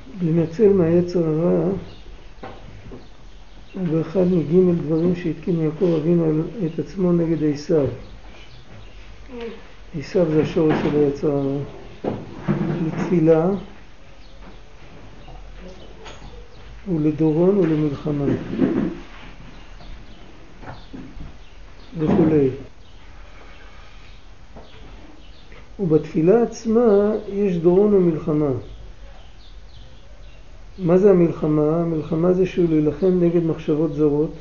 לנצל מהיצר הרע הוא באחד מג' דברים שהתקין יעקב אבינו את עצמו נגד עשיו. עשיו זה השורש של היצר הרע. לתפילה ולדורון ולמלחמה וכולי. ובתפילה עצמה יש דורון ומלחמה. מה זה המלחמה? המלחמה זה שהוא להילחם נגד מחשבות זרות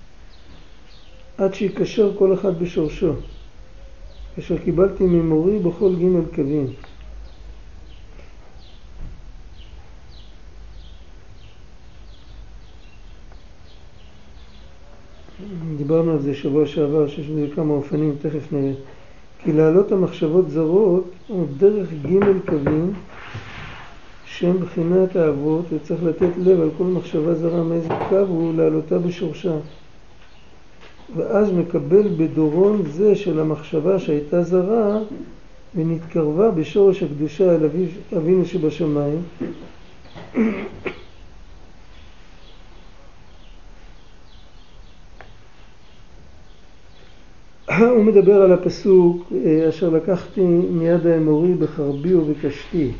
עד שיקשר כל אחד בשורשו. כאשר קיבלתי ממורי בכל ג' קווים. דיברנו על זה שבוע שעבר, שיש בזה כמה אופנים, תכף נראה. כי להעלות המחשבות זרות הוא דרך ג' קווים שהם בחינת האבות, וצריך לתת לב על כל מחשבה זרה מאיזה קו הוא להעלותה בשורשה. ואז מקבל בדורון זה של המחשבה שהייתה זרה ונתקרבה בשורש הקדושה אל אבינו שבשמיים. הוא מדבר על הפסוק אשר לקחתי מיד האמורי בחרבי ובקשתי.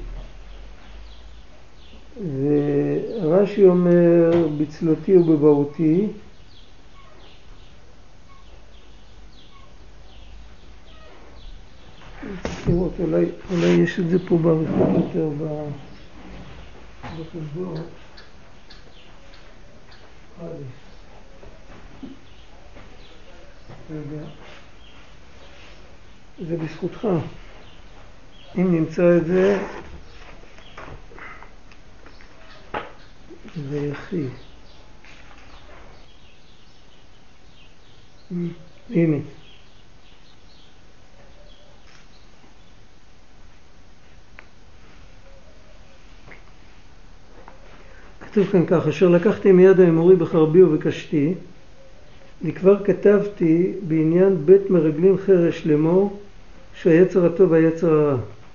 ורש"י אומר בצלותי ובבעותי. תראו, אולי יש את זה פה בעריכות יותר בחשבון. זה בזכותך. אם נמצא את זה, זה יחי. הנה. כתוב כאן כך, אשר לקחתי מיד האמורי בחרבי ובקשתי, וכבר כתבתי בעניין בית מרגלים חרש לאמור, שהיצר הטוב והיצר הרע.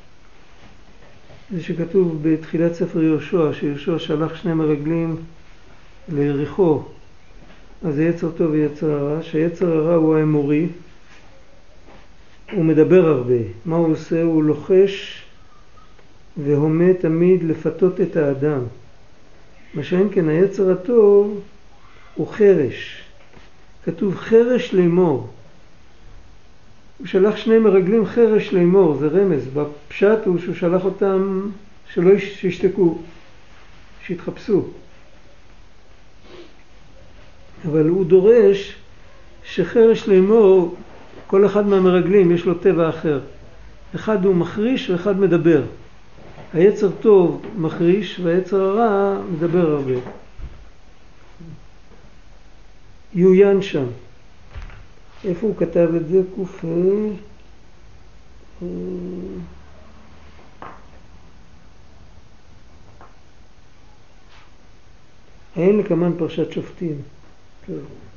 זה שכתוב בתחילת ספר יהושע, שיהושע שלח 2 מרגלים ליריחו, אז זה יצר טוב ויצר הרע, שהיצר הרע הוא האמורי, הוא מדבר הרבה. מה הוא עושה? הוא לוחש והומה תמיד לפתות את האדם. מה שאין כן היצר הטוב הוא חרש. כתוב חרש לאמור. הוא שלח 2 מרגלים חרש לאמור, זה רמז. בפשט הוא שהוא שלח אותם שלא ישתקו, שיתחפשו. אבל הוא דורש שחרש לאמור, כל אחד מהמרגלים יש לו טבע אחר. אחד הוא מחריש ואחד מדבר. היצר טוב מחריש והיצר הרע מדבר הרבה. יוין שם. איפה הוא כתב את זה? קופה. אין לקמן פרשת שופטים. טוב.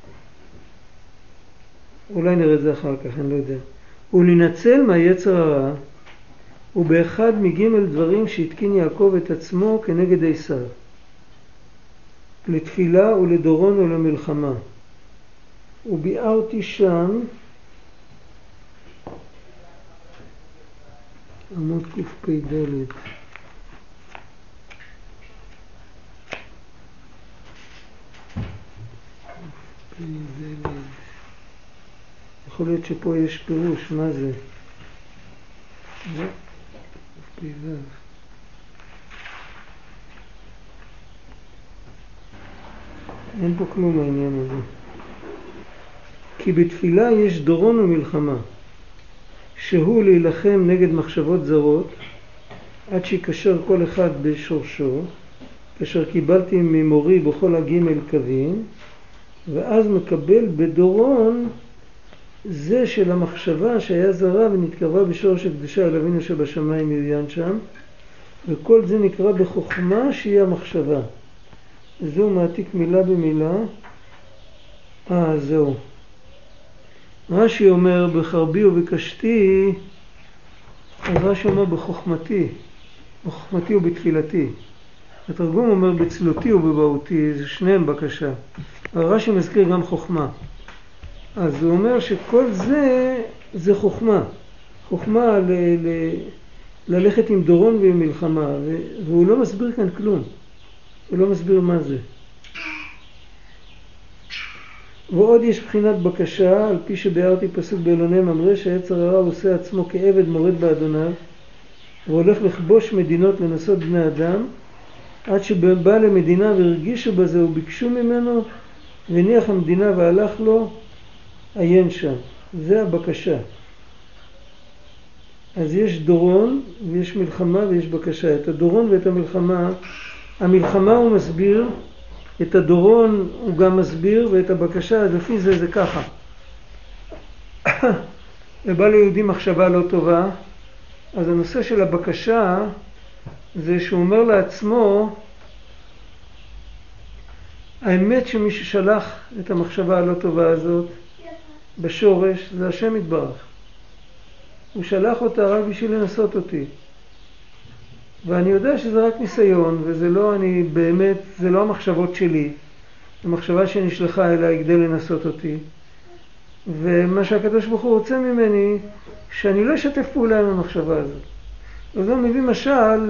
אולי נראה את זה אחר כך, אני לא יודע. ולנצל מהיצר הרע הוא באחד מג' דברים שהתקין יעקב את עצמו כנגד עשיו. לתפילה ולדורון ולמלחמה. וביארתי שם עמוד קפ"ד. יכול להיות שפה יש פירוש, מה זה? אין פה כלום העניין הזה. כי בתפילה יש דורון ומלחמה, שהוא להילחם נגד מחשבות זרות, עד שיקשר כל אחד בשורשו, כאשר קיבלתי ממורי בכל הג' קווים, ואז מקבל בדורון זה של המחשבה שהיה זרה ונתקרבה בשורש הקדושה אל אבינו שבשמיים יוין שם, וכל זה נקרא בחוכמה שהיא המחשבה. זהו מעתיק מילה במילה. זהו. רש"י אומר בחרבי ובקשתי, אז רש"י אומר בחוכמתי ובתפילתי. התרגום אומר בצלותי ובבהותי, זה שניהם בקשה. אבל רש"י מזכיר גם חוכמה. אז הוא אומר שכל זה חוכמה. חוכמה ללכת עם דורון ועם מלחמה, והוא לא מסביר כאן כלום. הוא לא מסביר מה זה. ועוד יש בחינת בקשה, על פי שביארתי פסוק באלוני ממרא, שהיצר הרע עושה עצמו כעבד מורד באדוניו, והולך לכבוש מדינות לנסות בני אדם, עד שבא למדינה והרגישו בזה וביקשו ממנו, והניח המדינה והלך לו, עיין שם. זה הבקשה. אז יש דורון ויש מלחמה ויש בקשה. את הדורון ואת המלחמה, המלחמה הוא מסביר, את הדורון הוא גם מסביר, ואת הבקשה, אז לפי זה ככה. ובא ליהודים מחשבה לא טובה, אז הנושא של הבקשה זה שהוא אומר לעצמו, האמת שמי ששלח את המחשבה הלא טובה הזאת בשורש זה השם יתברך. הוא שלח אותה רק בשביל לנסות אותי. ואני יודע שזה רק ניסיון, וזה לא, אני באמת, זה לא המחשבות שלי. זו מחשבה שנשלחה אליי כדי לנסות אותי. ומה שהקדוש ברוך הוא רוצה ממני, שאני לא אשתף פעולה עם המחשבה הזאת. אז הוא מביא משל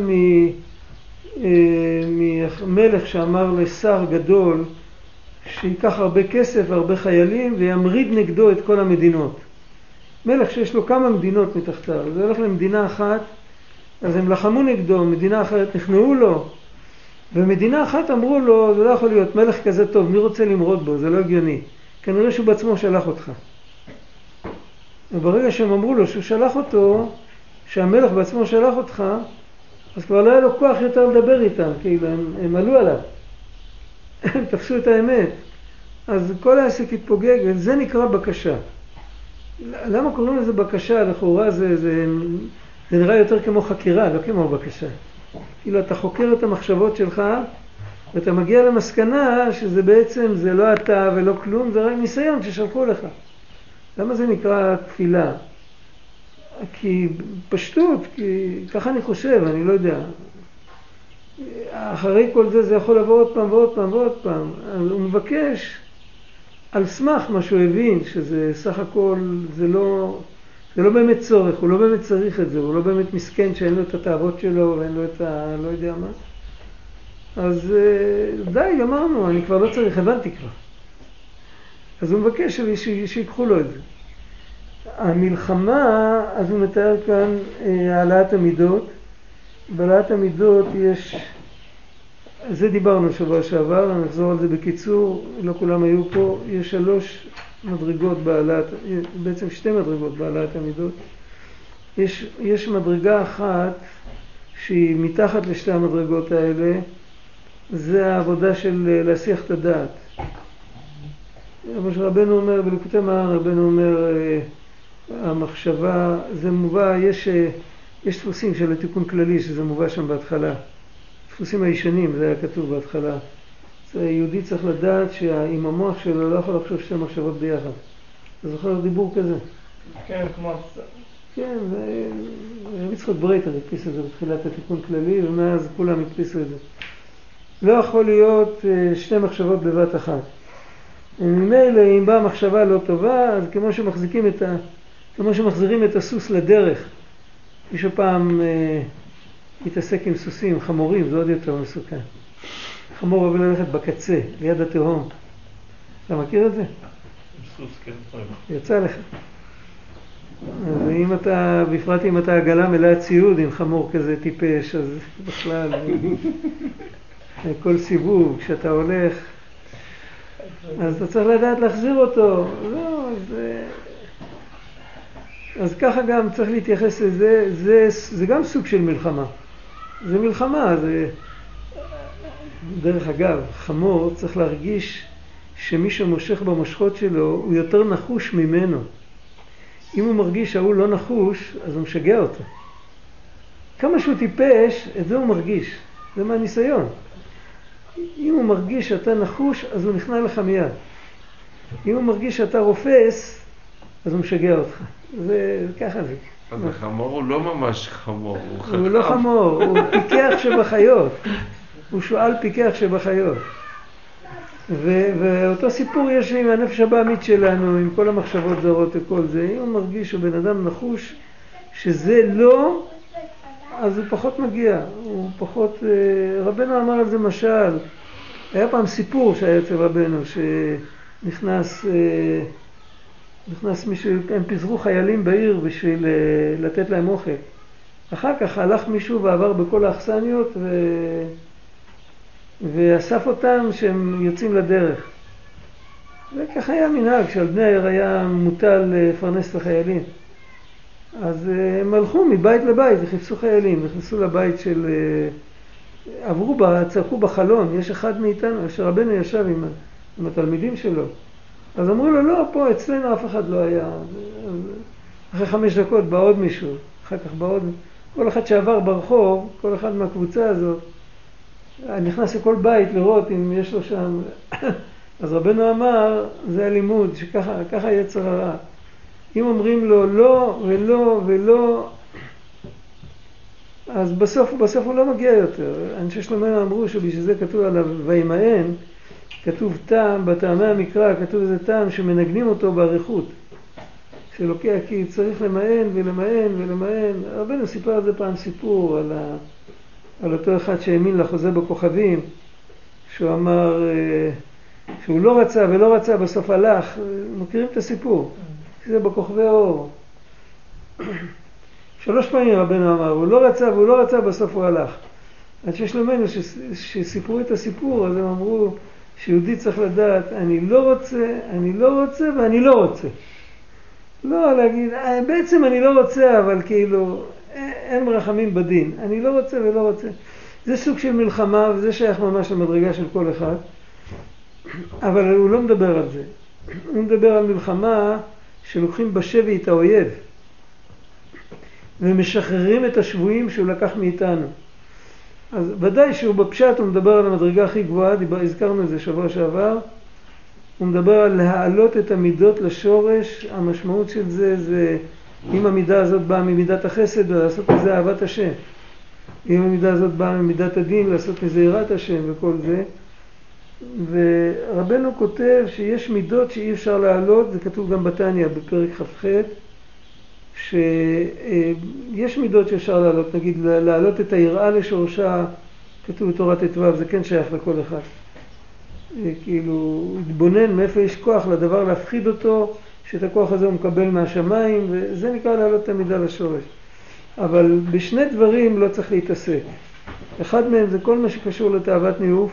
ממלך שאמר לשר גדול, שיקח הרבה כסף והרבה חיילים וימריד נגדו את כל המדינות. מלך שיש לו כמה מדינות מתחתיו, זה הולך למדינה אחת, אז הם לחמו נגדו, מדינה אחרת נכנעו לו, ומדינה אחת אמרו לו, זה לא יכול להיות מלך כזה טוב, מי רוצה למרוד בו, זה לא הגיוני. כנראה שהוא בעצמו שלח אותך. וברגע שהם אמרו לו שהוא שלח אותו, שהמלך בעצמו שלח אותך, אז כבר לא היה לו כוח יותר לדבר איתם, כאילו הם עלו עליו. הם תפסו את האמת. אז כל העסק התפוגג, וזה נקרא בקשה. למה קוראים לזה בקשה? לכאורה זה נראה יותר כמו חקירה, לא כמו בקשה. כאילו אתה חוקר את המחשבות שלך, ואתה מגיע למסקנה שזה בעצם, זה לא אתה ולא כלום, זה רק ניסיון ששלחו לך. למה זה נקרא תפילה? כי פשטות, כי ככה אני חושב, אני לא יודע. אחרי כל זה יכול לבוא עוד פעם ועוד פעם ועוד פעם. אז הוא מבקש על סמך מה שהוא הבין, שזה סך הכל, זה לא באמת צורך, הוא לא באמת צריך את זה, הוא לא באמת מסכן שאין לו את התאוות שלו ואין לו את לא יודע מה. אז די, אמרנו, אני כבר לא צריך, הבנתי כבר. אז הוא מבקש שיקחו לו את זה. המלחמה, אז הוא מתאר כאן העלאת המידות. בעלאת המידות יש, זה דיברנו שבוע שעבר, אני אחזור על זה בקיצור, לא כולם היו פה, יש 3 מדרגות בעלת, בעצם 2 מדרגות בעלת המידות. יש מדרגה אחת שהיא מתחת לשתי המדרגות האלה, זה העבודה של להסיח את הדעת. מה שרבנו אומר, בליקוטי מהר"ן רבנו אומר, המחשבה, זה מובא, יש דפוסים של התיקון כללי שזה מובא שם בהתחלה. דפוסים הישנים, זה היה כתוב בהתחלה. יהודי צריך לדעת שעם המוח שלו לא יכול לחשוב 2 מחשבות ביחד. אתה זוכר דיבור כזה? כן, כמו... כן, יצחק ברייטר הדפיס את זה בתחילת התיקון כללי, ומאז כולם הדפיסו את זה. לא יכול להיות 2 מחשבות בבת אחת. ממילא אם באה מחשבה לא טובה, אז כמו שמחזירים את הסוס לדרך, מישהו פעם התעסק עם סוסים, חמורים, זה עוד יותר מסוכן. חמור אוהב ללכת בקצה, ליד התהום. אתה מכיר את זה? סוס, כן, טוב. יצא לך. אז אם אתה, בפרט אם אתה עגלה מלאה ציוד עם חמור כזה טיפש, אז בכלל, כל סיבוב, כשאתה הולך, אז אתה צריך לדעת להחזיר אותו. לא, אז ככה גם צריך להתייחס לזה, זה גם סוג של מלחמה. זה מלחמה, זה... דרך אגב, חמור צריך להרגיש שמי שמושך במושכות שלו הוא יותר נחוש ממנו. אם הוא מרגיש שהוא לא נחוש, אז הוא משגע אותו. כמה שהוא טיפש, את זה הוא מרגיש. זה מהניסיון. אם הוא מרגיש שאתה נחוש, אז הוא נכנע לך מיד. אם הוא מרגיש שאתה רופס, אז הוא משגע אותך. זה ככה זה. אז החמור הוא לא ממש חמור, הוא חכם. הוא לא חמור, הוא פיקח שבחיות. הוא שואל פיקח שבחיות. ואותו סיפור יש עם הנפש הבאמית שלנו, עם כל המחשבות זרות וכל זה. אם הוא מרגיש שהוא בן אדם נחוש שזה לא, אז הוא פחות מגיע, הוא פחות... רבנו אמר על זה משל, היה פעם סיפור שהיה אצל רבנו, שנכנס מישהו, הם פיזרו חיילים בעיר בשביל לתת להם אוכל. אחר כך הלך מישהו ועבר בכל האכסניות ואסף אותם שהם יוצאים לדרך. וכך היה מנהג שעל בני העיר היה מוטל לפרנס את החיילים. אז הם הלכו מבית לבית וחיפשו חיילים, נכנסו לבית של... עברו, צרקו בחלון, יש אחד מאיתנו, שרבנו ישב עם התלמידים שלו. אז אמרו לו, לא, פה אצלנו אף אחד לא היה. אחרי 5 דקות בא עוד מישהו, אחר כך בא עוד... כל אחד שעבר ברחוב, כל אחד מהקבוצה הזאת, נכנס לכל בית לראות אם יש לו שם. אז רבנו אמר, זה הלימוד, שככה יצר הרע. אם אומרים לו לא ולא ולא, אז בסוף הוא לא מגיע יותר. אנשי שלומנו אמרו שבשביל זה כתוב עליו וימאן, כתוב טעם, בטעמי המקרא כתוב איזה טעם שמנגנים אותו באריכות. שלוקח, כי צריך למאן ולמאן ולמאן. רבנו סיפר על זה פעם סיפור, על אותו אחד שהאמין לחוזה בכוכבים, שהוא אמר שהוא לא רצה ולא רצה, בסוף הלך. מכירים את הסיפור? זה בכוכבי האור. 3 פעמים רבנו אמר, הוא לא רצה והוא לא רצה, בסוף הוא הלך. עד ששלומנו שסיפרו את הסיפור, אז הם אמרו שיהודי צריך לדעת, אני לא רוצה, אני לא רוצה ואני לא רוצה. לא להגיד, בעצם אני לא רוצה, אבל כאילו אין מרחמים בדין. אני לא רוצה ולא רוצה. זה סוג של מלחמה, וזה שייך ממש למדרגה של כל אחד. אבל הוא לא מדבר על זה. הוא מדבר על מלחמה שלוקחים בשבי את האויב. ומשחררים את השבויים שהוא לקח מאיתנו. אז ודאי שהוא בפשט, הוא מדבר על המדרגה הכי גבוהה, הזכרנו את זה שבוע שעבר. הוא מדבר על להעלות את המידות לשורש. המשמעות של זה זה, אם המידה הזאת באה ממידת החסד, לעשות מזה אהבת השם. אם המידה הזאת באה ממידת הדין, לעשות מזה יראת השם וכל זה. ורבנו כותב שיש מידות שאי אפשר להעלות, זה כתוב גם בתניא בפרק כ"ח, שיש מידות שאפשר להעלות, נגיד להעלות את היראה לשורשה, כתוב בתורת ט"ו, זה כן שייך לכל אחד. כאילו, התבונן מאיפה יש כוח לדבר להפחיד אותו, שאת הכוח הזה הוא מקבל מהשמיים, וזה נקרא להעלות את המידה לשורש. אבל בשני דברים לא צריך להתעסק. אחד מהם זה כל מה שקשור לתאוות ניאוף,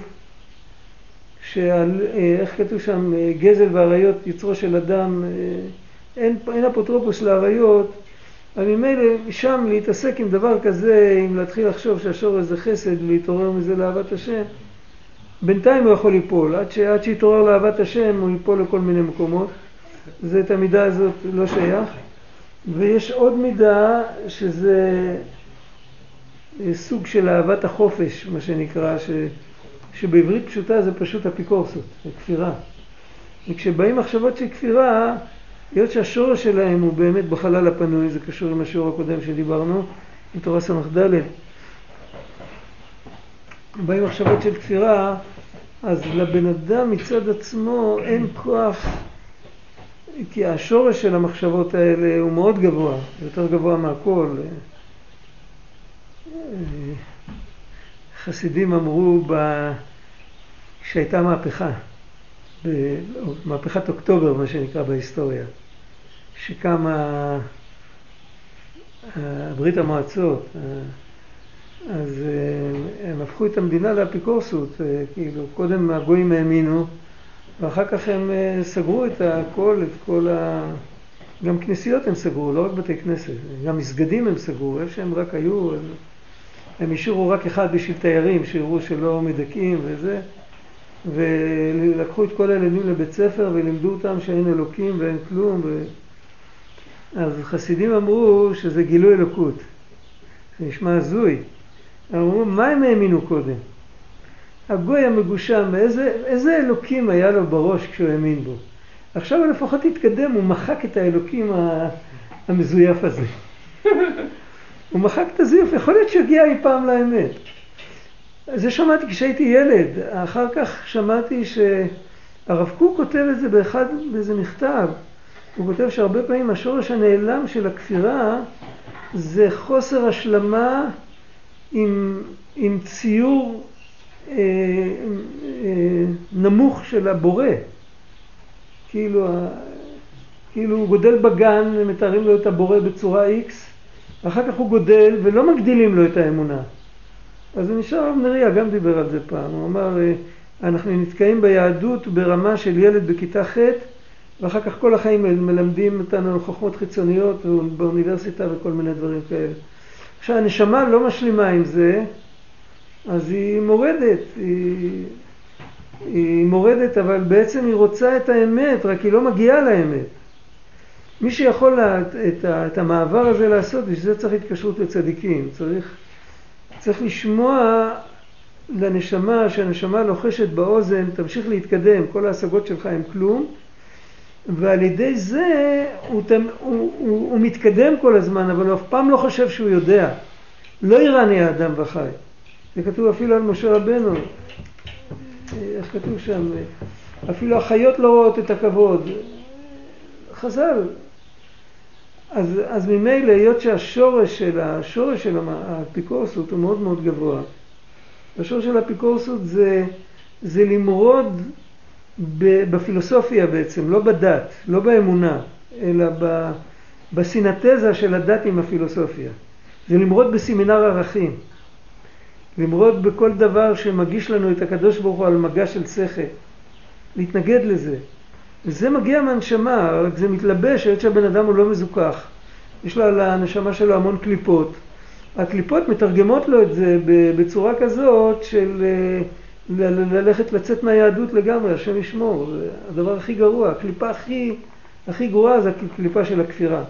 איך כתוב שם, גזל והעריות יצרו של אדם, אין אפוטרופוס לעריות, אבל ממילא שם להתעסק עם דבר כזה, אם להתחיל לחשוב שהשורש זה חסד ולהתעורר מזה לאהבת השם, בינתיים הוא יכול ליפול, עד שיתעורר לאהבת השם הוא ייפול לכל מיני מקומות. זה את המידה הזאת לא שייך. ויש עוד מידה שזה סוג של אהבת החופש, מה שנקרא, שבעברית פשוטה זה פשוט אפיקורסות, זה כפירה. וכשבאים מחשבות של כפירה, היות שהשורש שלהם הוא באמת בחלל הפנוי, זה קשור עם השיעור הקודם שדיברנו, עם תורה ס"ד. באים מחשבות של כפירה, אז לבן אדם מצד עצמו אין כוח, כי השורש של המחשבות האלה הוא מאוד גבוה, יותר גבוה מהכל. חסידים אמרו כשהייתה מהפכה, מהפכת אוקטובר מה שנקרא בהיסטוריה, שקמה ברית המועצות, אז הם הפכו את המדינה לאפיקורסות, כאילו קודם הגויים האמינו, ואחר כך הם סגרו את הכל, גם כנסיות הם סגרו, לא רק בתי כנסת, גם מסגדים הם סגרו, איפה שהם רק היו, הם השאירו רק אחד בשביל תיירים, שיראו שלא מדכאים וזה, ולקחו את כל הילדים לבית ספר ולימדו אותם שאין אלוקים ואין כלום. אז חסידים אמרו שזה גילוי אלוקות, זה נשמע הזוי. אמרו, מה הם האמינו קודם? הגוי המגושם, איזה אלוקים היה לו בראש כשהוא האמין בו? עכשיו הוא לפחות התקדם, הוא מחק את האלוקים המזויף הזה. הוא מחק את הזיוף, יכול להיות שהגיע אי פעם לאמת. זה שמעתי כשהייתי ילד, אחר כך שמעתי שהרב קוק כותב את זה באיזה מכתב. הוא כותב שהרבה פעמים השורש הנעלם של הכפירה זה חוסר השלמה עם ציור נמוך של הבורא. כאילו הוא גודל בגן ומתארים לו את הבורא בצורה X, ואחר כך הוא גודל ולא מגדילים לו את האמונה. אז הוא נשאר רב נריה, גם דיבר על זה פעם. הוא אמר, אנחנו נתקעים ביהדות ברמה של ילד בכיתה ח', ואחר כך כל החיים מלמדים אותנו חוכמות חיצוניות באוניברסיטה וכל מיני דברים כאלה. עכשיו, הנשמה לא משלימה עם זה, אז היא מורדת. היא מורדת, אבל בעצם היא רוצה את האמת, רק היא לא מגיעה לאמת. מי שיכול את המעבר הזה לעשות, ושזה צריך התקשרות לצדיקים. צריך לשמוע לנשמה, שהנשמה לוחשת באוזן, תמשיך להתקדם, כל ההשגות שלך הם כלום, ועל ידי זה הוא מתקדם כל הזמן, אבל הוא אף פעם לא חושב שהוא יודע. לא ירני האדם וחי. זה כתוב אפילו על משה רבנו. איך כתוב שם? אפילו החיות לא רואות את הכבוד. חז"ל. אז ממילא, היות שהשורש של האפיקורסות הוא מאוד מאוד גבוה. השורש של האפיקורסות זה למרוד בפילוסופיה בעצם, לא בדת, לא באמונה, אלא בסינתזה של הדת עם הפילוסופיה. זה למרוד בסמינר ערכים. למרוד בכל דבר שמגיש לנו את הקדוש ברוך הוא על מגע של שכל. להתנגד לזה. וזה מגיע מהנשמה, רק זה מתלבש, היות שהבן אדם הוא לא מזוכח. יש לו על הנשמה שלו המון קליפות. הקליפות מתרגמות לו את זה בצורה כזאת של לצאת מהיהדות לגמרי, השם ישמור. זה הדבר הכי גרוע. הקליפה הכי גרועה זה הקליפה של הכפירה.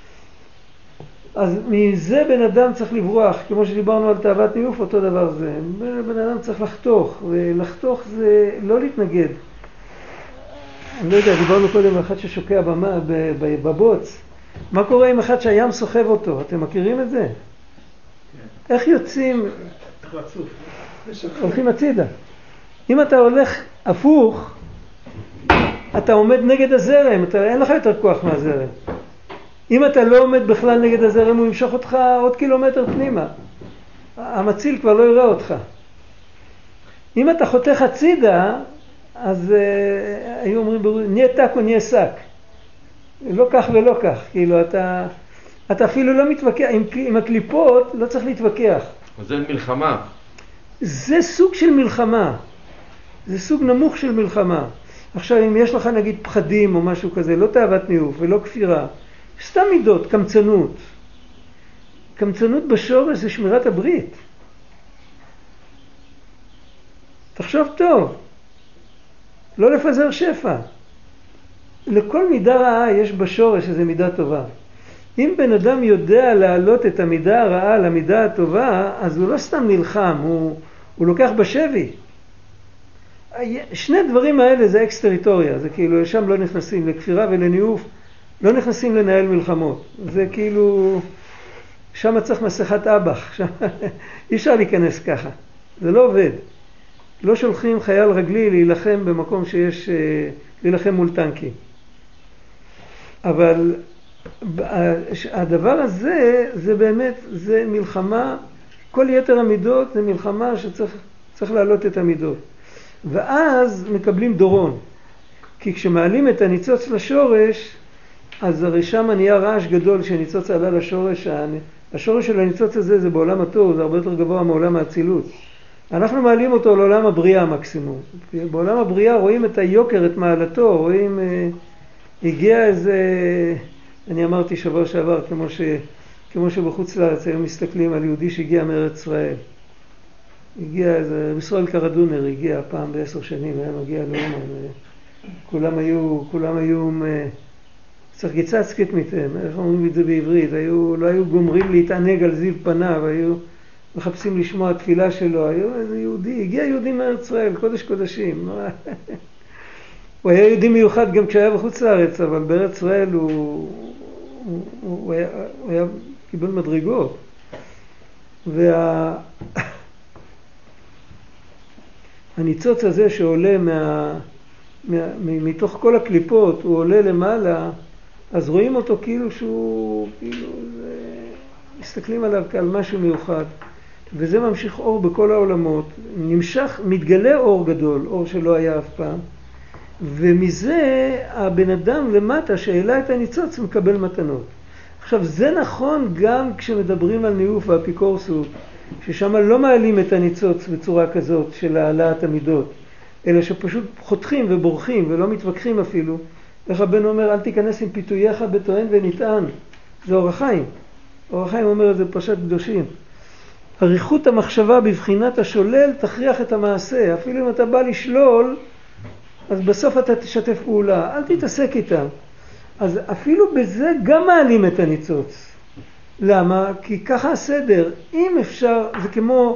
אז מזה בן אדם צריך לברוח, כמו שדיברנו על תאוות ניאוף, אותו דבר זה. בן אדם צריך לחתוך, ולחתוך זה לא להתנגד. אני לא יודע, דיברנו קודם על אחד ששוקע בבוץ. מה קורה עם אחד שהים סוחב אותו? אתם מכירים את זה? כן. איך יוצאים? צריך לצוף. הולכים הצידה. אם אתה הולך הפוך, אתה עומד נגד הזרם, אין לך יותר כוח מהזרם. אם אתה לא עומד בכלל נגד הזרם, הוא ימשוך אותך עוד קילומטר פנימה. המציל כבר לא יראה אותך. אם אתה חותך הצידה, אז היו אומרים, נהיה תק או נהיה שק. לא כך ולא כך. כאילו, אתה אפילו לא מתווכח. עם הקליפות לא צריך להתווכח. זה מלחמה. זה סוג של מלחמה. זה סוג נמוך של מלחמה. עכשיו, אם יש לך נגיד פחדים או משהו כזה, לא תאוות ניאוף ולא כפירה, סתם מידות, קמצנות. קמצנות בשורש זה שמירת הברית. תחשוב טוב. לא לפזר שפע. לכל מידה רעה יש בשורש איזו מידה טובה. אם בן אדם יודע להעלות את המידה הרעה למידה הטובה, אז הוא לא סתם נלחם, הוא לוקח בשבי. שני דברים האלה זה אקס-טריטוריה, זה כאילו שם לא נכנסים לכפירה ולניאוף, לא נכנסים לנהל מלחמות. זה כאילו, שם צריך מסכת אב"ח, אי אפשר להיכנס ככה, זה לא עובד. לא שולחים חייל רגלי להילחם במקום שיש, להילחם מול טנקים. אבל הדבר הזה, זה באמת, זה מלחמה, כל יתר המידות זה מלחמה שצריך להעלות את המידות. ואז מקבלים דורון. כי כשמעלים את הניצוץ לשורש, אז הרי שם נהיה רעש גדול שניצוץ עלה לשורש. השורש של הניצוץ הזה זה בעולם התור, זה הרבה יותר גבוה מעולם האצילות. אנחנו מעלים אותו לעולם הבריאה מקסימום. בעולם הבריאה רואים את היוקר, את מעלתו, רואים, הגיע איזה, אני אמרתי שבוע שעבר, כמו שבחוץ לארץ היום מסתכלים על יהודי שהגיע מארץ ישראל. הגיע איזה, ישראל קרדונר הגיע פעם ב10 שנים, היה מגיע לאומן, כולם היו צריך גיצצקת מתם, איך אומרים את זה בעברית, לא היו גומרים להתענג על זיו פניו, היו מחפשים לשמוע התפילה שלו, היו איזה יהודי, הגיע יהודי מארץ ישראל, קודש קודשים. הוא היה יהודי מיוחד גם כשהיה בחוץ לארץ, אבל בארץ ישראל הוא היה קיבל מדרגות. הניצוץ הזה שעולה מתוך כל הקליפות, הוא עולה למעלה, אז רואים אותו כאילו שהוא, מסתכלים עליו כעל משהו מיוחד. וזה ממשיך אור בכל העולמות, מתגלה אור גדול, אור שלא היה אף פעם, ומזה הבן אדם למטה שהעלה את הניצוץ מקבל מתנות. עכשיו זה נכון גם כשמדברים על ניאוף והאפיקורסות, ששם לא מעלים את הניצוץ בצורה כזאת של העלאת המידות, אלא שפשוט חותכים ובורחים ולא מתווכחים אפילו. איך הבן אומר, אל תיכנס עם פיתוייך בטוען ונטען. זה אור החיים. אור החיים אומר את זה פרשת קדושים. אריכות המחשבה בבחינת השולל תכריח את המעשה. אפילו אם אתה בא לשלול, אז בסוף אתה תשתף פעולה. אל תתעסק איתם. אז אפילו בזה גם מעלים את הניצוץ. למה? כי ככה הסדר. אם אפשר, זה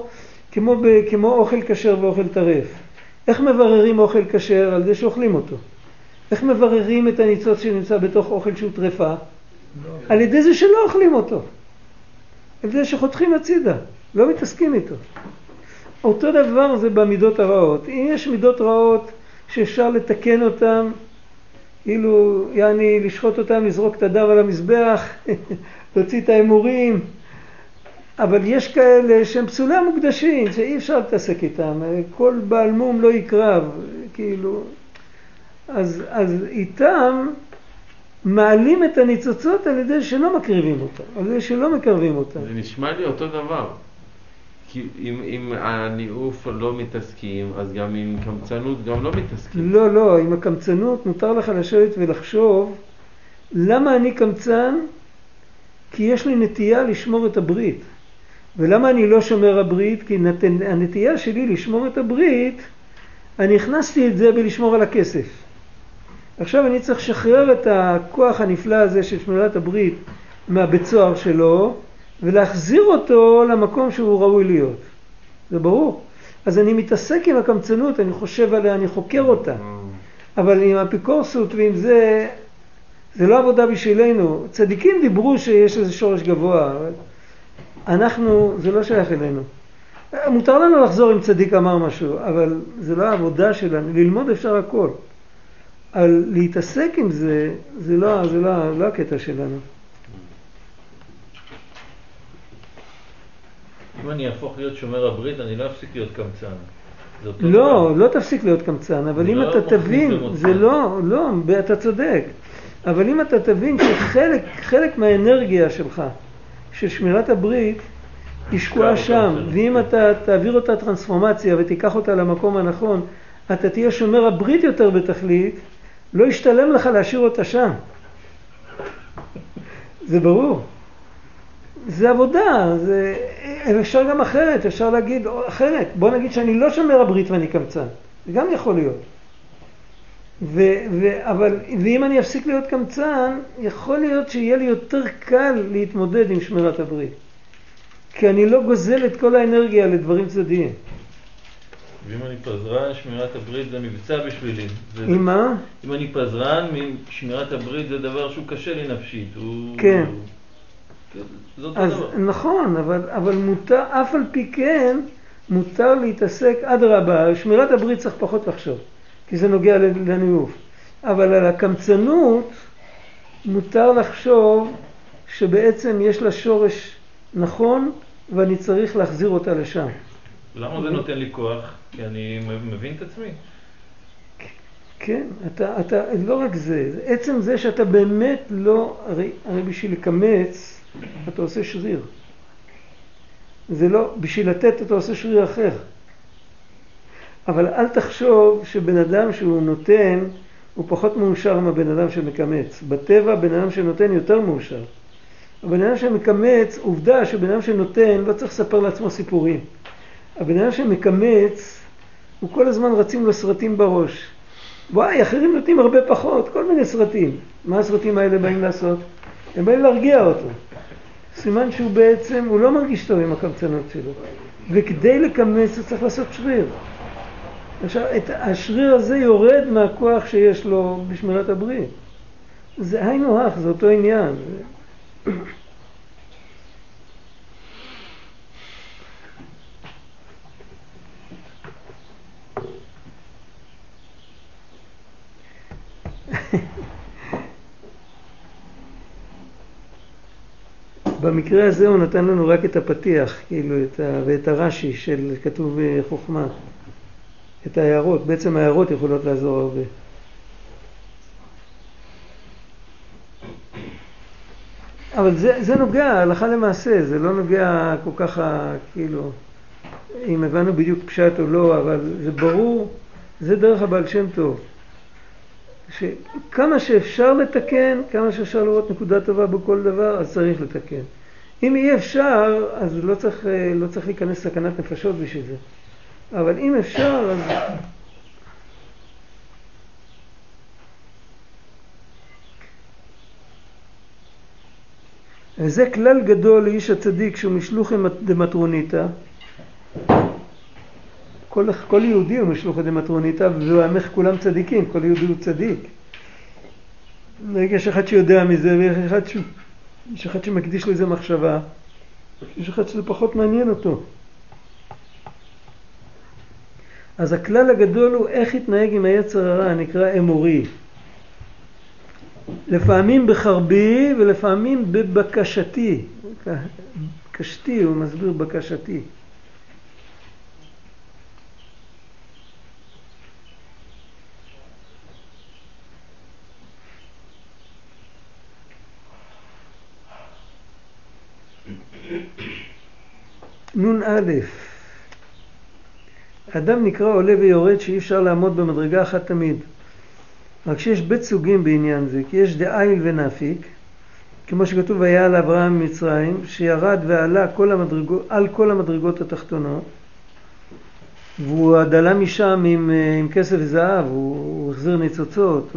כמו אוכל כשר ואוכל טרף. איך מבררים אוכל כשר? על זה שאוכלים אותו. איך מבררים את הניצוץ שנמצא בתוך אוכל שהוא טרפה? על ידי זה שלא אוכלים אותו. על ידי שחותכים הצידה. לא מתעסקים איתו. אותו דבר זה במידות הרעות. אם יש מידות רעות שאפשר לתקן אותן, כאילו, יעני, לשחוט אותם, לזרוק את הדם על המזבח, להוציא את האמורים, אבל יש כאלה שהם פסולי המוקדשים, שאי אפשר להתעסק איתם, כל בעל מום לא יקרב, כאילו, אז איתם מעלים את הניצוצות על ידי שלא מקריבים אותם, על ידי שלא מקרבים אותם. זה נשמע לי אותו דבר. כי אם הניאוף לא מתעסקים, אז גם עם קמצנות גם לא מתעסקים. לא, עם הקמצנות מותר לך לשבת ולחשוב, למה אני קמצן? כי יש לי נטייה לשמור את הברית. ולמה אני לא שומר הברית? כי הנטייה שלי לשמור את הברית, אני הכנסתי את זה בלשמור על הכסף. עכשיו אני צריך לשחרר את הכוח הנפלא הזה של שמירת הברית מהבית סוהר שלו, ולהחזיר אותו למקום שהוא ראוי להיות. זה ברור. אז אני מתעסק עם הקמצנות, אני חושב עליה, אני חוקר אותה. אבל עם האפיקורסות ועם זה, זה לא עבודה בשבילנו. צדיקים דיברו שיש איזה שורש גבוה. אנחנו, זה לא שייך אלינו. מותר לנו לחזור אם צדיק אמר משהו, אבל זה לא העבודה שלנו. ללמוד אפשר הכל. אבל להתעסק עם זה, זה לא הקטע שלנו. אם אני אהפוך להיות שומר הברית, אני לא אפסיק להיות קמצן. לא תפסיק להיות קמצן, אבל אם אתה תבין, זה לא, אתה צודק. אבל אם אתה תבין שחלק מהאנרגיה שלך, של שמירת הברית, היא שקועה שם, ואם אתה תעביר אותה טרנספורמציה ותיקח אותה למקום הנכון, אתה תהיה שומר הברית יותר בתכלית, לא ישתלם לך להשאיר אותה שם. זה ברור. זה עבודה, אפשר גם אחרת, אפשר להגיד אחרת. בוא נגיד שאני לא שומר הברית ואני קמצן. זה גם יכול להיות. ואם אני אפסיק להיות קמצן, יכול להיות שיהיה לי יותר קל להתמודד עם שמירת הברית. כי אני לא גוזל את כל האנרגיה לדברים צדדיים. ואם אני פזרן, שמירת הברית זה מבצע בשבילי. עם מה? אם אני פזרן, שמירת הברית זה דבר שהוא קשה לי נפשית. כן. אז נכון, אבל מותר, אף על פי כן, מותר להתעסק עד רבה. שמירת הברית צריך פחות לחשוב, כי זה נוגע לניאוף. אבל על הקמצנות מותר לחשוב שבעצם יש לה שורש נכון, ואני צריך להחזיר אותה לשם. למה זה נותן לי כוח? כי אני מבין את עצמי. כן, אתה לא רק זה, עצם זה שאתה באמת לא, הרי בשביל לקמץ, אתה עושה שריר. זה לא, בשביל לתת אתה עושה שריר אחר. אבל אל תחשוב שבן אדם שהוא נותן, הוא פחות מאושר מהבן אדם שמקמץ. בטבע בן אדם שנותן יותר מאושר. הבן אדם שמקמץ, עובדה שבן אדם שנותן לא צריך לספר לעצמו סיפורים. הבן אדם שמקמץ, הוא כל הזמן רצים לו סרטים בראש. וואי, אחרים נותנים הרבה פחות, כל מיני סרטים. מה הסרטים האלה באים לעשות? הם באים להרגיע אותו. סימן שהוא בעצם, הוא לא מרגיש טוב עם הקמצנות שלו. וכדי לקמץ הוא צריך לעשות שריר. עכשיו, השריר הזה יורד מהכוח שיש לו בשמירת הברית. זה היינו הך, זה אותו עניין. במקרה הזה הוא נתן לנו רק את הפתיח, כאילו, ואת הרש"י של כתוב חוכמה, את ההערות. בעצם ההערות יכולות לעזור הרבה. אבל זה נוגע הלכה למעשה, זה לא נוגע כל כך, כאילו, אם הבנו בדיוק פשט או לא, אבל זה ברור, זה דרך הבעל שם טוב. שכמה שאפשר לתקן, כמה שאפשר לראות נקודה טובה בכל דבר, אז צריך לתקן. אם אי אפשר, אז לא צריך להיכנס סכנת נפשות בשביל זה. אבל אם אפשר, אז... וזה כלל גדול לאיש הצדיק שהוא משלוחי דמטרוניתא. כל יהודי הוא משלוחי דמטרוניתא, והוא האמך כולם צדיקים, כל יהודי הוא צדיק. יש אחד שיודע מזה, ויש אחד שמקדיש לזה מחשבה, יש אחד שזה פחות מעניין אותו. אז הכלל הגדול הוא איך התנהג עם היצר הרע, נקרא אמורי. לפעמים בחרבי ולפעמים בבקשתי. בקשתי, הוא מסביר בקשתי. נון א', אדם נקרא עולה ויורד שאי אפשר לעמוד במדרגה אחת תמיד. רק שיש בית סוגים בעניין זה, כי יש דאיל ונפיק, כמו שכתוב היה על אברהם ממצרים, שירד ועלה על כל המדרגות התחתונות, והוא עלה משם עם כסף וזהב, הוא החזיר ניצוצות,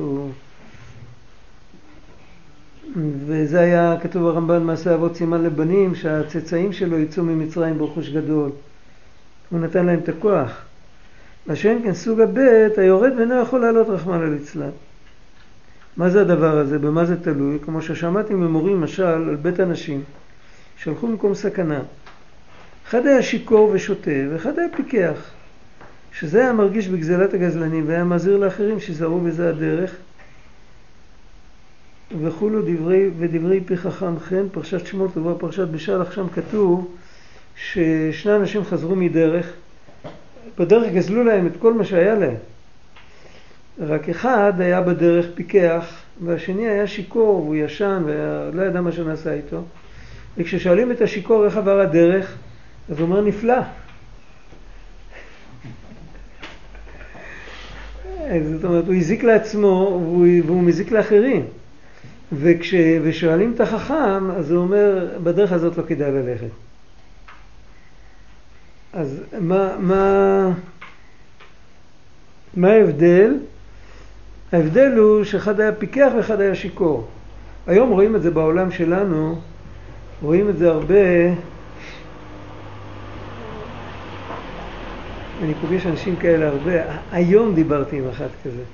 וזה היה כתוב הרמב"ן מעשה אבות סימן לבנים, שהצאצאים שלו יצאו ממצרים ברכוש גדול. הוא נתן להם את הכוח. השם כן סוג הבית, היורד ואינו יכול לעלות רחמנא ליצלן. מה זה הדבר הזה? במה זה תלוי? כמו ששמעתי ממורים משל על בית אנשים, שלחו מקום סכנה. אחד היה שיקור ושוטה, ואחד היה פיקח. שזה היה מרגיש בגזלת הגזלנים, והיה מזהיר לאחרים שזרו בזה הדרך. וכולו דברי פי חכם חן, פרשת שמות ובא פרשת בשלח, שם כתוב ששני אנשים חזרו מדרך, בדרך גזלו להם את כל מה שהיה להם. רק אחד היה בדרך פיקח, והשני היה שיקור, והוא ישן, ולא ידע מה שנעשה איתו. וכששואלים את השיקור איך עבר הדרך, אז הוא אומר נפלא. זאת אומרת, הוא הזיק לעצמו, והוא מזיק לאחרים. ושואלים את החכם, אז הוא אומר, בדרך הזאת לא כדאי ללכת. אז מה ההבדל? ההבדל הוא שאחד היה פיקח ואחד היה שיקור. היום רואים את זה בעולם שלנו, רואים את זה הרבה. אני פוגש אנשים כאלה הרבה. היום דיברתי עם אחד כזה.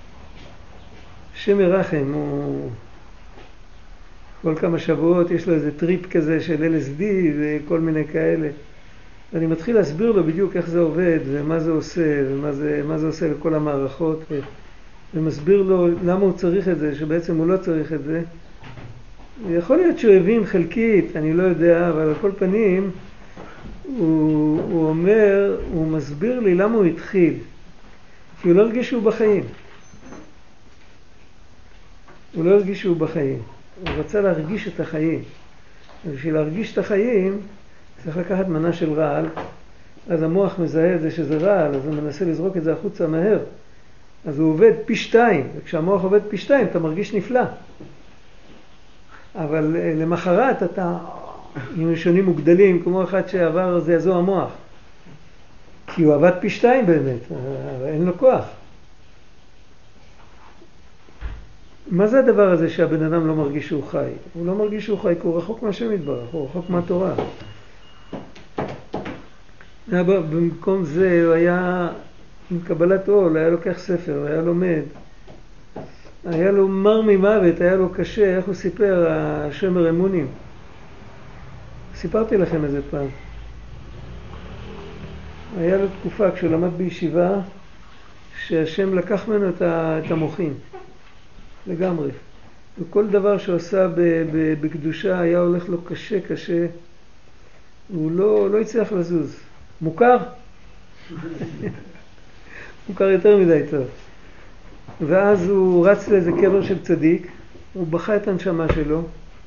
שם ירחם, הוא... כל כמה שבועות יש לו איזה טריפ כזה של LSD וכל מיני כאלה. ואני מתחיל להסביר לו בדיוק איך זה עובד ומה זה עושה ומה זה עושה לכל המערכות ומסביר לו למה הוא צריך את זה, שבעצם הוא לא צריך את זה. יכול להיות שהוא הבין חלקית, אני לא יודע, אבל על כל פנים הוא אומר, הוא מסביר לי למה הוא התחיל. כי הוא לא הרגיש שהוא בחיים. הוא לא הרגיש שהוא בחיים. הוא רצה להרגיש את החיים. ובשביל להרגיש את החיים, צריך לקחת מנה של רעל, אז המוח מזהה את זה שזה רעל, אז הוא מנסה לזרוק את זה החוצה מהר. אז הוא עובד פי 2, וכשהמוח עובד פי 2 אתה מרגיש נפלא. אבל למחרת אתה עם ראשונים מוגדלים, כמו אחד שעבר זה יזו המוח. כי הוא עבד פי 2 באמת, אבל אין לו כוח. מה זה הדבר הזה שהבן אדם לא מרגיש שהוא חי? הוא לא מרגיש שהוא חי כי הוא רחוק מהשם יתברך, הוא רחוק מהתורה. במקום זה הוא היה עם קבלת עול, היה לוקח ספר, היה לומד. היה לו מר ממוות, היה לו קשה, איך הוא סיפר, השמר אמונים. סיפרתי לכם איזה פעם. היה לו תקופה כשהוא למד בישיבה, שהשם לקח ממנו את המוחים. לגמרי. וכל דבר שעושה בקדושה היה הולך לו קשה קשה. הוא לא הצליח לזוז. מוכר? מוכר יותר מדי טוב. ואז הוא רץ לאיזה קבר של צדיק, הוא בכה את הנשמה שלו,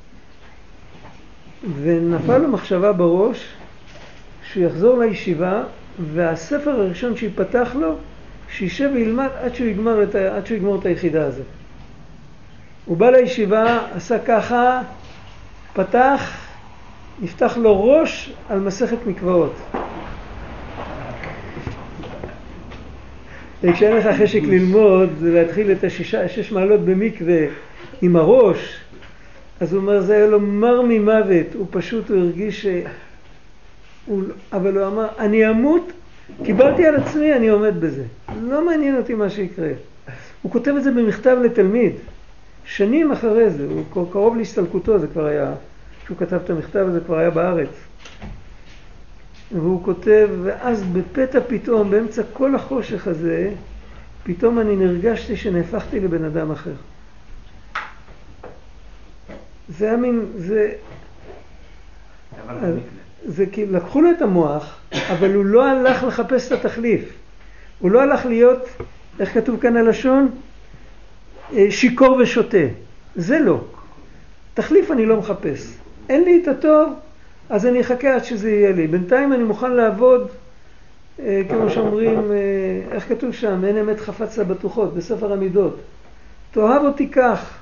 ונפל לו מחשבה בראש שהוא יחזור לישיבה, והספר הראשון שיפתח לו, שישב וילמד עד שהוא יגמור את היחידה הזאת. הוא בא לישיבה, עשה ככה, פתח, נפתח לו ראש על מסכת מקוואות. כשאין לך חשק ללמוד, זה להתחיל את השש מעלות במקווה עם הראש, אז הוא אומר, זה היה לו מר ממוות, הוא הרגיש אבל הוא אמר, אני אמות, קיבלתי על עצמי, אני עומד בזה. לא מעניין אותי מה שיקרה. הוא כותב את זה במכתב לתלמיד, שנים אחרי זה, הוא קרוב להסתלקותו, זה כבר היה, כשהוא כתב את המכתב הזה כבר היה בארץ. והוא כותב, ואז בפתע פתאום, באמצע כל החושך הזה, פתאום אני נרגשתי שנהפכתי לבן אדם אחר. זה היה מין, זה כאילו, לקחו לו את המוח, אבל הוא לא הלך לחפש את התחליף. הוא לא הלך להיות, איך כתוב כאן הלשון? שיקור ושוטה. זה לא. תחליף אני לא מחפש. אין לי את הטוב, אז אני אחכה עד שזה יהיה לי. בינתיים אני מוכן לעבוד, כמו שאומרים, איך כתוב שם? אין אמת חפץ לבטוחות, בספר המידות. תאהב אותי כך.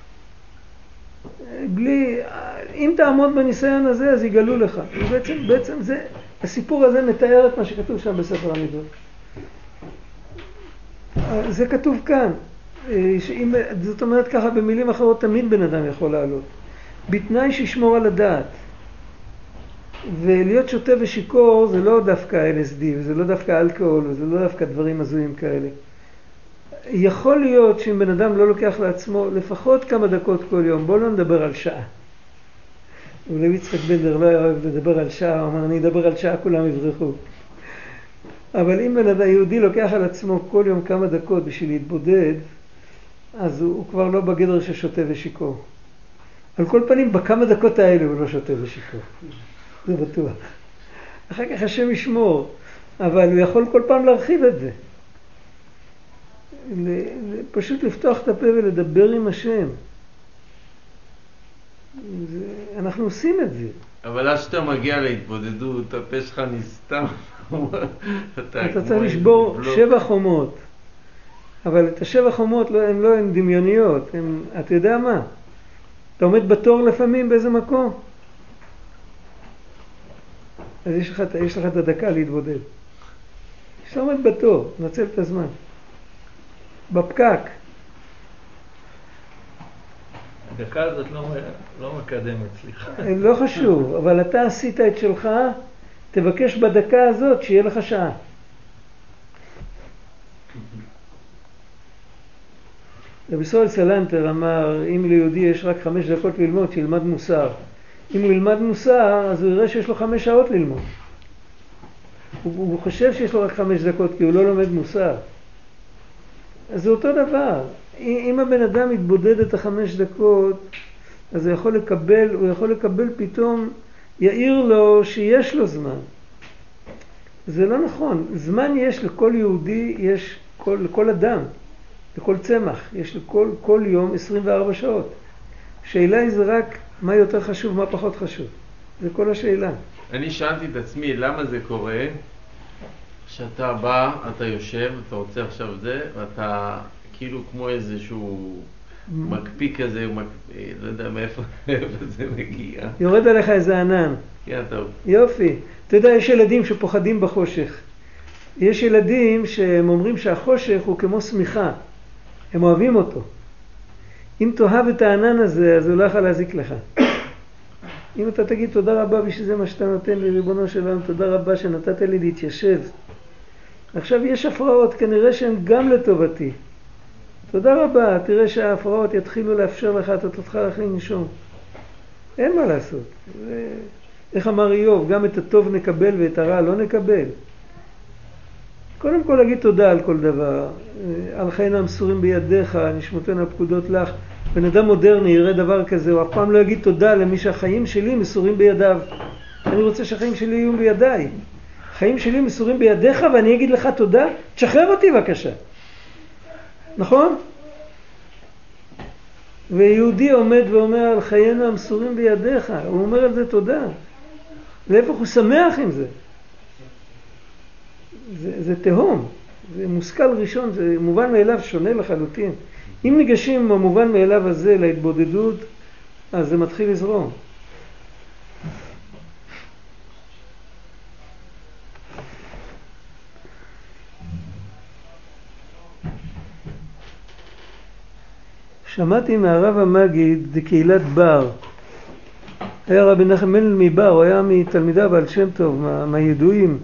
אם תעמוד בניסיון הזה, אז יגלו לך. בעצם הסיפור הזה מתאר את מה שכתוב שם בספר המידות. זה כתוב כאן. זאת אומרת ככה, במילים אחרות תמיד בן אדם יכול לעלות. בתנאי שישמור על הדעת. ולהיות שוטה ושיקור זה לא דווקא LSD, וזה לא דווקא אלכוהול, וזה לא דווקא דברים הזויים כאלה. יכול להיות שאם בן אדם לא לוקח לעצמו לפחות כמה דקות כל יום, בואו לא נדבר על שעה. אולי יצחק בנדר לא היה אוהב לדבר על שעה, הוא אמר, אני אדבר על שעה, כולם יברחו. אבל אם בן אדם יהודי לוקח על עצמו כל יום כמה דקות בשביל להתבודד, אז הוא כבר לא בגדר ששוטה ושיקור. על כל פנים, בכמה דקות האלה הוא לא שוטה ושיקור. זה בטוח. אחר כך השם ישמור, אבל הוא יכול כל פעם להרחיב את זה. פשוט לפתוח את הפה ולדבר עם השם. אנחנו עושים את זה. אבל עד שאתה מגיע להתבודדות, הפה שלך נסתם. אתה צריך לשבור 7 חומות. אבל את 7 חומות הן לא הן דמיוניות. אתה יודע מה? אתה עומד בתור לפעמים באיזה מקום. אז יש לך את הדקה להתבודד. שאתה עומד בתור, נצל את הזמן. בפקק. הדקה הזאת לא מקדמת, סליחה. לא חשוב, אבל אתה עשית את שלך, תבקש בדקה הזאת שיהיה לך שעה. רבי ישראל סלנטר אמר, אם ליהודי יש רק 5 דקות ללמוד, שילמד מוסר. אם הוא ילמד מוסר, אז הוא יראה שיש לו 5 שעות ללמוד. הוא חושב שיש לו רק 5 דקות, כי הוא לא לומד מוסר. אז זה אותו דבר. אם הבן אדם יתבודד את 5 דקות, אז הוא יכול לקבל פתאום, יאיר לו שיש לו זמן. זה לא נכון. זמן יש לכל יהודי, יש לכל אדם, לכל צמח. יש לכל יום 24 שעות. השאלה היא זה רק מה יותר חשוב, מה פחות חשוב. זה כל השאלה. אני שאלתי את עצמי למה זה קורה, שאתה בא, אתה יושב, אתה רוצה עכשיו זה, ואתה כאילו כמו איזשהו מקפיא כזה, לא יודע מאיפה זה מגיע. יורד עליך איזה ענן. כן, טוב. יופי. אתה יודע, יש ילדים שפוחדים בחושך. יש ילדים שהם אומרים שהחושך הוא כמו סמיכה. הם אוהבים אותו. אם תאהב את הענן הזה, אז הוא לא יכול להזיק לך. אם אתה תגיד תודה רבה בשביל זה מה שאתה נותן לי, ריבונו שלנו, תודה רבה שנתת לי להתיישב. עכשיו יש הפרעות, כנראה שהן גם לטובתי. תודה רבה, תראה שההפרעות יתחילו לאפשר לך, אתה תתחיל לנשום. אין מה לעשות. איך אמר איוב, גם את הטוב נקבל ואת הרע לא נקבל. קודם כל להגיד תודה על כל דבר. על חיינו המסורים בידיך, נשמותינו הפקודות לך. בן אדם מודרני יראה דבר כזה, הוא אף פעם לא יגיד תודה למי שהחיים שלי מסורים בידיו. אני רוצה שהחיים שלי יהיו בידיי. החיים שלי מסורים בידיך ואני אגיד לך תודה, תשחרר אותי בבקשה. נכון? ויהודי עומד ואומר על חיינו המסורים בידיך, הוא אומר על זה תודה. להפך הוא שמח עם זה. זה תהום, זה מושכל ראשון, זה מובן מאליו שונה לחלוטין. אם ניגשים במובן מאליו הזה להתבודדות, אז זה מתחיל לזרום. שמעתי מהרב המגיד בקהילת בר, היה רבי נחמן מבר, הוא היה מתלמידה בעל שם טוב, מהידועים.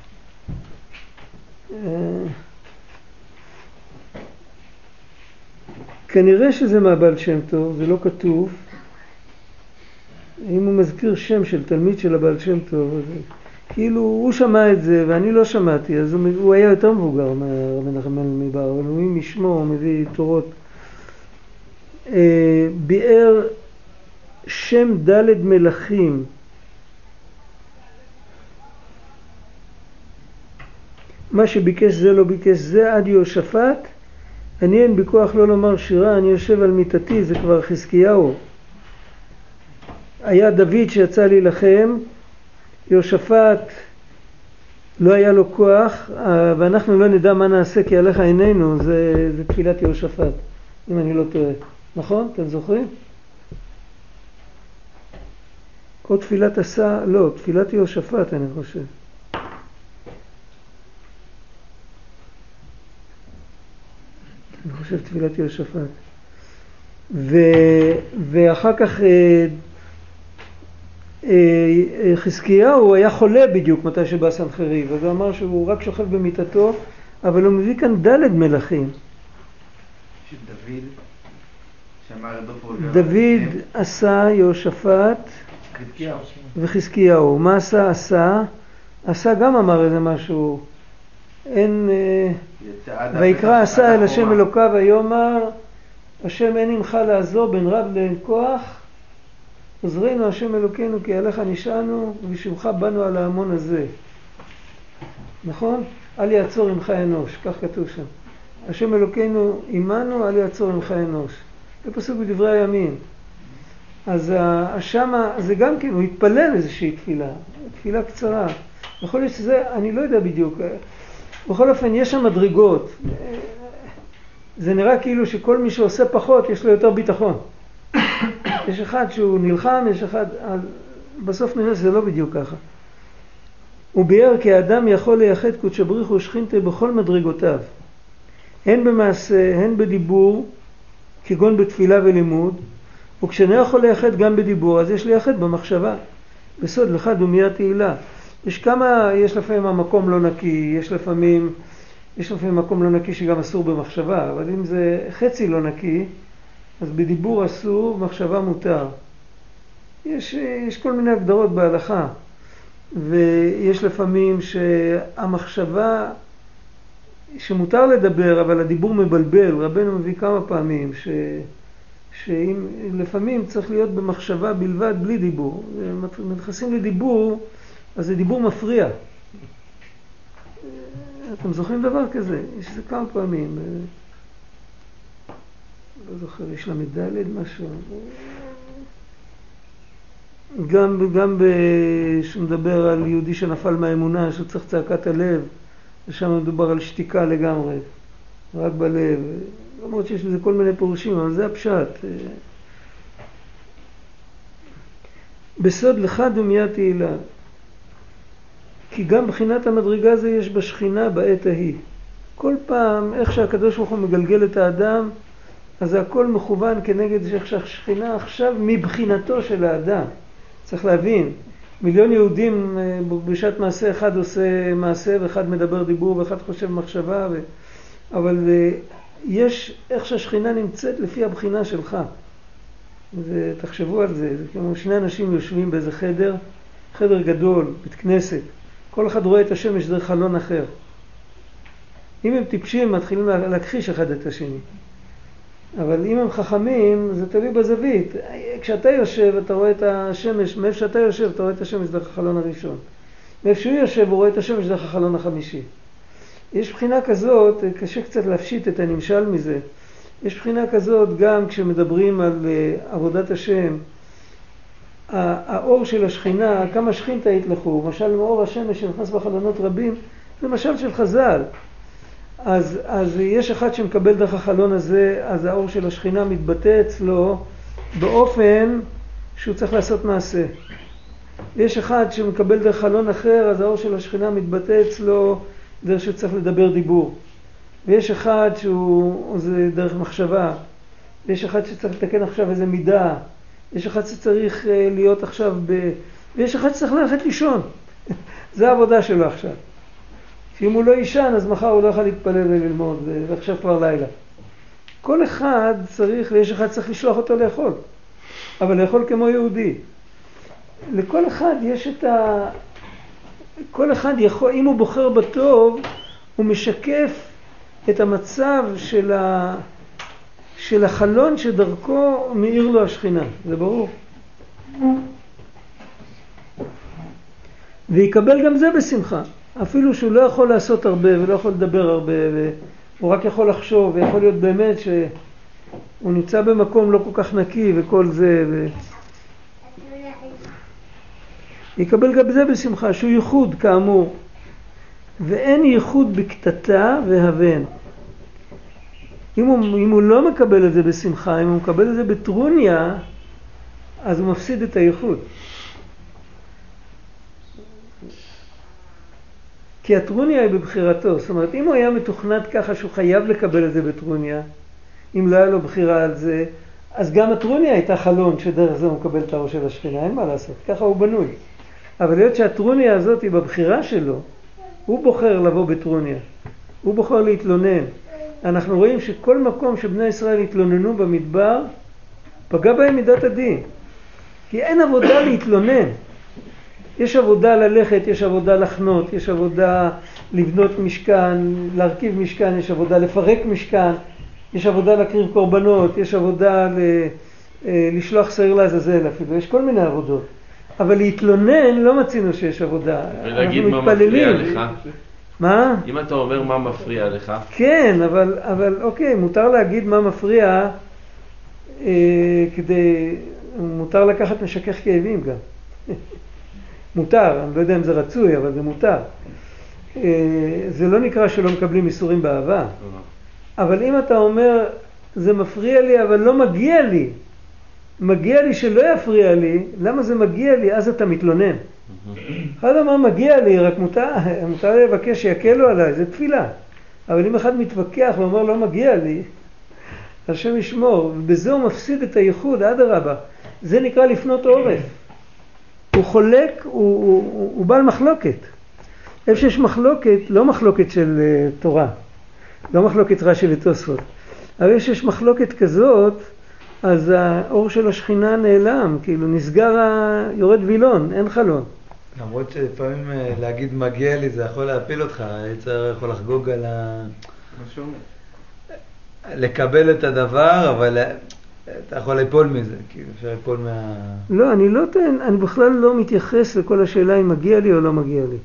כנראה שזה מהבעל שם טוב, זה לא כתוב. אם הוא מזכיר שם של תלמיד של הבעל שם טוב, אז כאילו הוא שמע את זה ואני לא שמעתי, אז הוא היה יותר מבוגר מהרבי נחמן מבר, אבל הוא משמו, הוא מביא תורות. ביאר שם ד' מלכים, מה שביקש זה לא ביקש זה עד יהושפט, אני אין בכוח לא לומר שירה, אני יושב על מיטתי, זה כבר חזקיהו. היה דוד שיצא להילחם, יהושפט לא היה לו כוח, ואנחנו לא נדע מה נעשה כי עליך עינינו, זה תפילת יהושפט, אם אני לא טועה. נכון? אתם זוכרים? או תפילת עשה, לא, תפילת יהושפט אני חושב. אני חושב תפילת יהושפט. ואחר כך חזקיהו היה חולה בדיוק מתי שבא סנחריב, אז הוא אמר שהוא רק שוכב במיטתו, אבל הוא מביא כאן ד' מלכים. שדוד דוד עשה יהושפט וחזקיהו. מה עשה? עשה גם אמר איזה משהו. אין ויקרא עשה אל השם אלוקיו ויאמר השם אין עמך לעזור בין רב לאין כוח, עזרנו השם אלוקינו כי עליך נשענו ובשמך באנו על ההמון הזה. נכון? אל יעצור עמך אנוש, כך כתוב שם. השם אלוקינו עמנו, אל יעצור עמך אנוש. זה פסוק בדברי הימים. אז שמה זה גם כן, הוא התפלל איזושהי תפילה קצרה. יכול להיות שזה, אני לא יודע בדיוק. בכל אופן יש שם מדרגות. זה נראה כאילו שכל מי שעושה פחות יש לו יותר ביטחון. יש אחד שהוא נלחם, יש אחד, בסוף נראה שזה לא בדיוק ככה. הוא ביאר כי האדם יכול לייחד קודש בריך ושכינתה בכל מדרגותיו. הן במעשה, הן בדיבור, כגון בתפילה ולימוד, וכשאני יכול לייחד גם בדיבור, אז יש לייחד במחשבה. בסוד לך דומיה תהילה. יש לפעמים המקום לא נקי, יש לפעמים מקום לא נקי שגם אסור במחשבה, אבל אם זה חצי לא נקי, אז בדיבור אסור, במחשבה מותר. יש כל מיני הגדרות בהלכה, ויש לפעמים שהמחשבה, שמותר לדבר, אבל הדיבור מבלבל. רבנו מביא כמה פעמים שאם לפעמים צריך להיות במחשבה בלבד, בלי דיבור. נכנסים לדיבור, אז זה דיבור מפריע. אתם זוכרים דבר כזה? יש זה כמה פעמים. לא זוכר, יש לה מדלת משהו. גם שמדבר על יהודי שנפל מהאמונה, שצריך צעקת הלב, ושם מדובר על שתיקה לגמרי, רק בלב. למרות שיש לזה כל מיני פירושים, אבל זה הפשט. בסוד לך דומיה תהילה. כי גם בחינת המדרגה זה יש בשכינה בעת ההיא. כל פעם, איך שהקדוש ברוך הוא מגלגל את האדם, אז זה הכל מכוון כנגד איך שהשכינה עכשיו מבחינתו של האדם. צריך להבין, מיליון יהודים בשעת מעשה, אחד עושה מעשה ואחד מדבר דיבור ואחד חושב מחשבה, אבל יש איך שהשכינה נמצאת לפי הבחינה שלך. תחשבו על זה, זה כמו שני אנשים יושבים באיזה חדר גדול, בית כנסת, כל אחד רואה את השמש דרך חלון אחר. אם הם טיפשים מתחילים להכחיש אחד את השני. אבל אם הם חכמים, זה תלוי בזווית. כשאתה יושב, אתה רואה את השמש, מאיפה שאתה יושב, אתה רואה את השמש דרך החלון הראשון. מאיפה שהוא יושב, הוא רואה את השמש דרך החלון החמישי. יש בחינה כזאת, קשה קצת להפשיט את הנמשל מזה. יש בחינה כזאת גם כשמדברים על עבודת השם, האור של השכינה, כמה שכינתה יתלכו, למשל מאור השמש שנכנס בחלונות רבים, זה משל של חז"ל. אז יש אחד שמקבל דרך החלון הזה, אז האור של השכינה מתבטא אצלו באופן שהוא צריך לעשות מעשה. ויש אחד שמקבל דרך חלון אחר, אז האור של השכינה מתבטא אצלו דרך שהוא צריך לדבר דיבור. ויש אחד זה דרך מחשבה. ויש אחד שצריך לתקן עכשיו איזה מידה. יש אחד שצריך להיות עכשיו ויש אחד שצריך ללכת לישון. זה העבודה שלו עכשיו. שאם הוא לא יישן, אז מחר הוא לא יכול להתפלל וללמוד, ועכשיו כבר לילה. כל אחד צריך, ויש אחד צריך לשלוח אותו לאכול. אבל לאכול כמו יהודי. לכל אחד יש כל אחד יכול, אם הוא בוחר בטוב, הוא משקף את המצב של החלון שדרכו מאיר לו השכינה. זה ברור. ויקבל גם זה בשמחה. אפילו שהוא לא יכול לעשות הרבה ולא יכול לדבר הרבה, והוא רק יכול לחשוב, ויכול להיות באמת שהוא נמצא במקום לא כל כך נקי וכל זה. יקבל גם זה בשמחה, שהוא ייחוד כאמור. ואין ייחוד בקטטה והבן. אם הוא לא מקבל את זה בשמחה, אם הוא מקבל את זה בטרוניה, אז הוא מפסיד את הייחוד. כי הטרוניה היא בבחירתו. זאת אומרת, אם הוא היה מתוכנת ככה שהוא חייב לקבל את זה בטרוניה, אם לא היה לו בחירה על זה, אז גם הטרוניה הייתה חלון שדרך זה הוא מקבל את האור של השכינה, אין מה לעשות, ככה הוא בנוי. אבל להיות שהטרוניה הזאת היא בבחירה שלו, הוא בוחר לבוא בטרוניה, הוא בוחר להתלונן. אנחנו רואים שכל מקום שבני ישראל התלוננו במדבר, פגע בהם מידת הדין. כי אין עבודה להתלונן. יש עבודה ללכת, יש עבודה לחנות, יש עבודה לבנות משכן, להרכיב משכן, יש עבודה לפרק משכן, יש עבודה להקריב קורבנות, יש עבודה לשלוח שעיר לעזאזל אפילו, יש כל מיני עבודות. אבל להתלונן לא מצינו שיש עבודה. ולהגיד מה מפריע לך. מה? אם אתה אומר מה מפריע לך. כן, אבל אוקיי, מותר להגיד מה מפריע, מותר לקחת משכך כאבים גם. מותר, אני לא יודע אם זה רצוי, אבל זה מותר. זה לא נקרא שלא מקבלים איסורים באהבה. אבל אם אתה אומר, זה מפריע לי, אבל לא מגיע לי. מגיע לי שלא יפריע לי, למה זה מגיע לי? אז אתה מתלונן. אחד אמר מגיע לי, רק מותר לבקש שיקלו עליי, זה תפילה. אבל אם אחד מתווכח ואומר לא מגיע לי, השם ישמור, ובזה הוא מפסיד את הייחוד, אדרבה. זה נקרא לפנות עורף. הוא חולק, הוא בעל מחלוקת. איפה שיש מחלוקת, לא מחלוקת של תורה, לא מחלוקת רש"י ותוספות, אבל איפה שיש מחלוקת כזאת, אז האור של השכינה נעלם, כאילו נסגר, יורד וילון, אין חלון. למרות שלפעמים להגיד מגיע לי זה יכול להפיל אותך, היצר יכול לחגוג על לקבל את הדבר, אבל אתה יכול ליפול מזה, כאילו אפשר ליפול לא, אני בכלל לא מתייחס לכל השאלה אם מגיע לי או לא מגיע לי.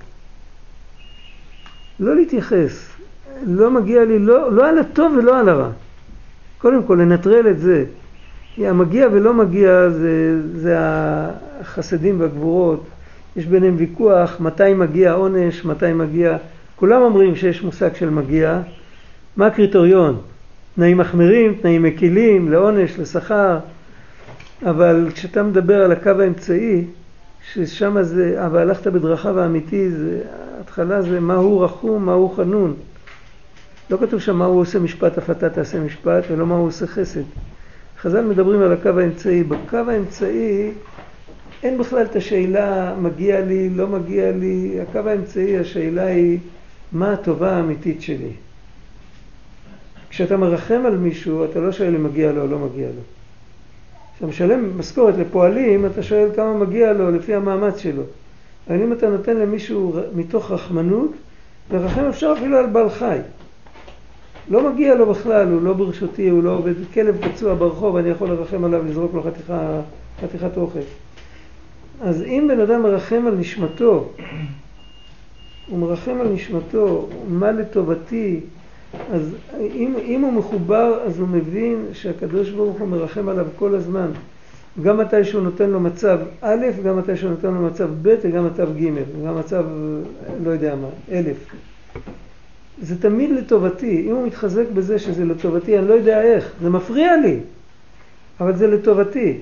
לא להתייחס, לא מגיע לי, לא על הטוב ולא על הרע. קודם כל לנטרל את זה. המגיע ולא מגיע זה החסדים והגבורות. יש ביניהם ויכוח מתי מגיע עונש, מתי מגיע. כולם אומרים שיש מושג של מגיע. מה הקריטריון? תנאים מחמירים, תנאים מקילים, לעונש, לשכר. אבל כשאתה מדבר על הקו האמצעי, ששם זה, אבל הלכת בדרכיו האמיתי, ההתחלה זה מהו רחום, מהו חנון. לא כתוב שם מה הוא עושה משפט, אף אתה תעשה משפט, ולא מה הוא עושה חסד. חז"ל מדברים על הקו האמצעי. בקו האמצעי אין בכלל את השאלה מגיע לי, לא מגיע לי. הקו האמצעי, השאלה היא מה הטובה האמיתית שלי. כשאתה מרחם על מישהו, אתה לא שואל אם מגיע לו או לא מגיע לו. כשאתה משלם משכורת לפועלים, אתה שואל כמה מגיע לו לפי המאמץ שלו. אבל אם אתה נותן למישהו מתוך רחמנות, לרחם אפשר אפילו על בעל חי. לא מגיע לו בכלל, הוא לא ברשותי, הוא לא עובד, כלב פצוע ברחוב, אני יכול לרחם עליו, לזרוק לו חתיכת אוכל. אז אם בן אדם מרחם על נשמתו, הוא מרחם על נשמתו, מה לטובתי, אז אם הוא מחובר, אז הוא מבין שהקדוש ברוך הוא מרחם עליו כל הזמן. גם מתי שהוא נותן לו מצב א', גם מתי שהוא נותן לו מצב ב', וגם מצב ג', וגם מצב, לא יודע מה, 1000. זה תמיד לטובתי. אם הוא מתחזק בזה שזה לטובתי, אני לא יודע איך, זה מפריע לי, אבל זה לטובתי.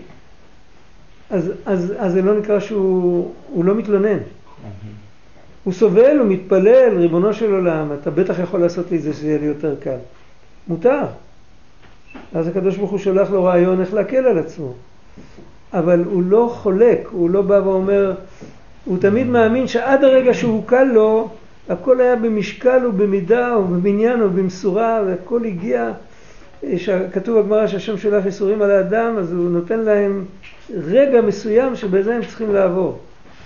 אז זה לא נקרא שהוא לא מתלונן. הוא סובל, הוא מתפלל, ריבונו של עולם, אתה בטח יכול לעשות לי זה שזה יהיה לי יותר קל. מותר. אז הקדוש ברוך הוא שולח לו רעיון איך להקל על עצמו. אבל הוא לא חולק, הוא לא בא ואומר, הוא תמיד מאמין שעד הרגע שהוא קל לו, הכל היה במשקל ובמידה ובבניין ובמשורה, והכל הגיע, כתוב בגמרא שהשם שולח ייסורים על האדם, אז הוא נותן להם רגע מסוים שבזה הם צריכים לעבור.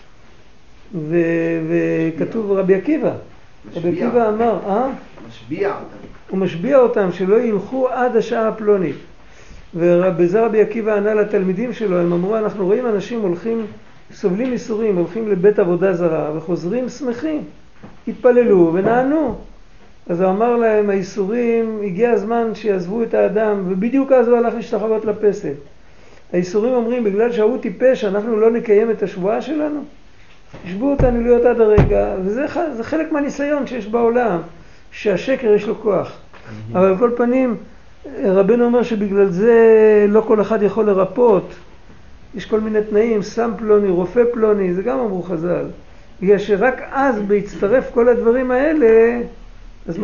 וכתוב רבי עקיבא, רבי עקיבא אמר, משביע אותם. הוא משביע אותם שלא ילכו עד השעה הפלונית. ובזה רבי עקיבא ענה לתלמידים שלו, הם אמרו, אנחנו רואים אנשים הולכים, סובלים ייסורים, הולכים לבית עבודה זרה וחוזרים שמחים, התפללו ונענו. אז הוא אמר להם, הייסורים, הגיע הזמן שיעזבו את האדם, ובדיוק אז הוא הלך להשתחוות לפסל. הייסורים אומרים, בגלל שההוא טיפש, אנחנו לא נקיים את השבועה שלנו. תשבו אותנו להיות עד הרגע, וזה חלק מהניסיון שיש בעולם, שהשקר יש לו כוח. אבל על כל פנים, רבנו אומר שבגלל זה לא כל אחד יכול לרפות. יש כל מיני תנאים, סם פלוני, רופא פלוני, זה גם אמרו חז"ל. בגלל שרק אז בהצטרף כל הדברים האלה, אז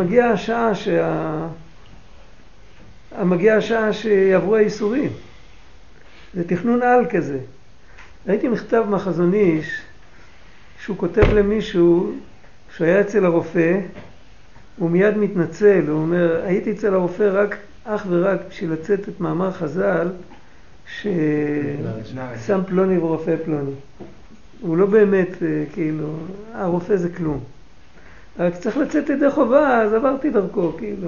מגיעה השעה שיעברו הייסורים. זה תכנון על כזה. ראיתי מכתב מהחזון איש, שהוא כותב למישהו שהיה אצל הרופא, הוא מיד מתנצל, הוא אומר, הייתי אצל הרופא אך ורק בשביל לצאת את מאמר חז"ל, ששם פלוני ורופא פלוני. הוא לא באמת, כאילו, הרופא זה כלום. רק צריך לצאת ידי חובה, אז עברתי דרכו, כאילו.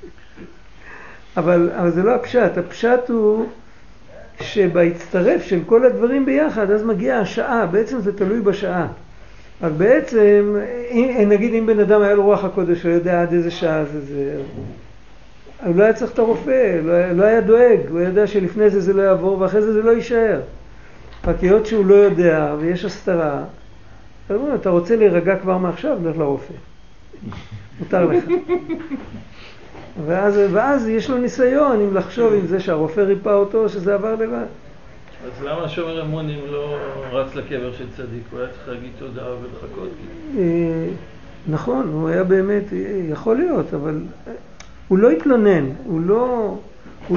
אבל זה לא הפשט. הפשט הוא שבהצטרף של כל הדברים ביחד, אז מגיעה השעה. בעצם זה תלוי בשעה. רק בעצם, נגיד אם בן אדם היה לו רוח הקודש, הוא יודע עד איזה שעה זה. הוא לא היה צריך את הרופא, לא היה דואג. הוא יודע שלפני זה לא יעבור, ואחרי זה לא יישאר. רק היות שהוא לא יודע, ויש הסתרה, אתה רוצה להירגע כבר מעכשיו, לך לרופא. מותר לך. ואז יש לו ניסיון אם לחשוב עם זה שהרופא ריפא אותו, שזה עבר לבד. אז למה שומר אמונים לא רץ לקבר של צדיק? הוא היה צריך להגיד תודה ולחכות? נכון, הוא היה באמת, יכול להיות, אבל הוא לא התלונן, הוא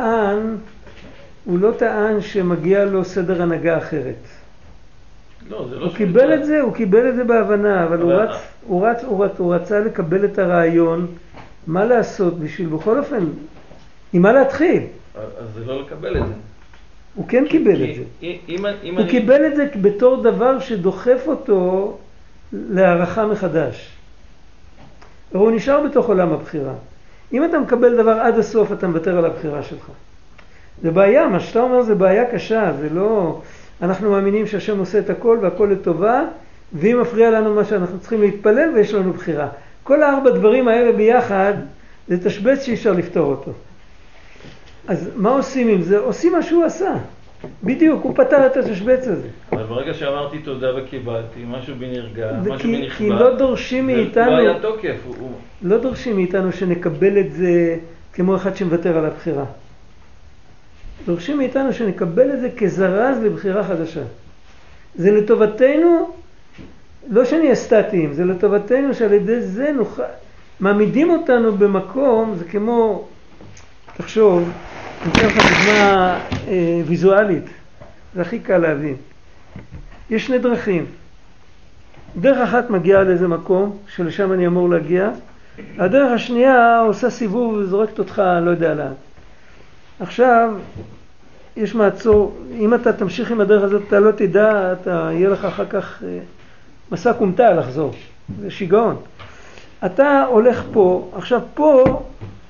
לא טען שמגיע לו סדר הנהגה אחרת. לא, זה לא הוא קיבל את זה בהבנה, אבל הוא רצה לקבל את הרעיון, מה לעשות בשביל, בכל אופן, עם מה להתחיל. אז זה לא לקבל את זה. הוא כן קיבל את זה. הוא קיבל את זה בתור דבר שדוחף אותו להערכה מחדש. הוא נשאר בתוך עולם הבחירה. אם אתה מקבל דבר עד הסוף, אתה מוותר על הבחירה שלך. זה בעיה, מה שאתה אומר זה בעיה קשה, זה לא... אנחנו מאמינים שהשם עושה את הכל והכל לטובה, ואם מפריע לנו מה שאנחנו צריכים להתפלל ויש לנו בחירה. כל 4 דברים האלה ביחד, זה תשבץ שאי אפשר לפתור אותו. אז מה עושים עם זה? עושים מה שהוא עשה. בדיוק, הוא פתר את התשבץ הזה. אבל ברגע שאמרתי תודה וקיבלתי, משהו בי נרגע, משהו בי נכבד, כי לא דורשים מאיתנו... לא היה תוקף. לא דורשים מאיתנו שנקבל את זה כמו אחד שמוותר על הבחירה. דורשים מאיתנו שנקבל את זה כזרז לבחירה חדשה. זה לטובתנו, לא שנהיה סטטיים, זה לטובתנו שעל ידי זה מעמידים אותנו במקום, זה כמו, תחשוב, אני אתן לך דוגמה ויזואלית, זה הכי קל להבין. יש 2 דרכים. דרך אחת מגיעה לאיזה מקום, שלשם אני אמור להגיע, הדרך השנייה עושה סיבוב וזורקת אותך, לא יודע לאן. עכשיו, יש מעצור, אם אתה תמשיך עם הדרך הזאת, אתה לא תדע, יהיה לך אחר כך מסע קומתה לחזור, זה שיגעון. אתה הולך פה, עכשיו פה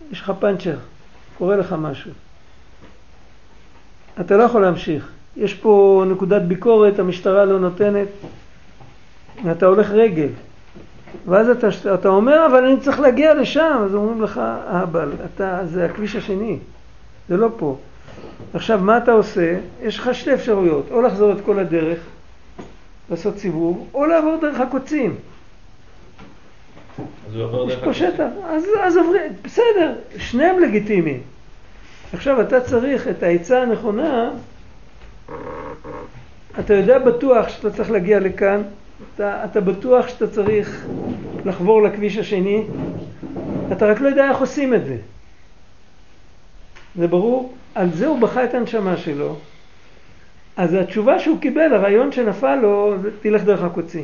יש לך פנצ'ר, קורה לך משהו. אתה לא יכול להמשיך. יש פה נקודת ביקורת, המשטרה לא נותנת, ואתה הולך רגל. ואז אתה אומר, אבל אני צריך להגיע לשם. אז אומרים לך, אבל זה הכביש השני, זה לא פה. עכשיו, מה אתה עושה? יש לך שתי אפשרויות, או לחזור את כל הדרך, לעשות סיבוב, או לעבור דרך הקוצים. אז הוא עבר יש דרך פה שטח, אז עוברים, בסדר, שניהם לגיטימיים. עכשיו, אתה צריך את העצה הנכונה, אתה יודע בטוח שאתה צריך להגיע לכאן, אתה בטוח שאתה צריך לחבור לכביש השני, אתה רק לא יודע איך עושים את זה. זה ברור? על זה הוא בכה את הנשמה שלו. אז התשובה שהוא קיבל, הרעיון שנפל לו, זה תלך דרך הקוצים.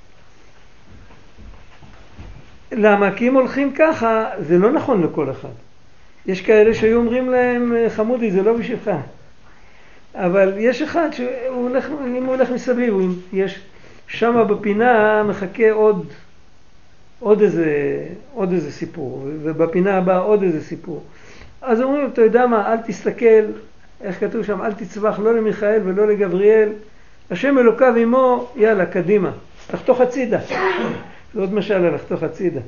למה? כי אם הולכים ככה, זה לא נכון לכל אחד. יש כאלה שהיו אומרים להם, חמודי, זה לא בשבילך. אבל יש אחד אם הוא הולך מסביב, יש שם בפינה מחכה עוד איזה סיפור, ובפינה הבאה עוד איזה סיפור. אז אומרים, אתה יודע מה, אל תסתכל, איך כתוב שם, אל תצבח לא למיכאל ולא לגבריאל, השם אלוקיו עמו, יאללה, קדימה, תחתוך הצידה. זה עוד משל על לחתוך הצידה.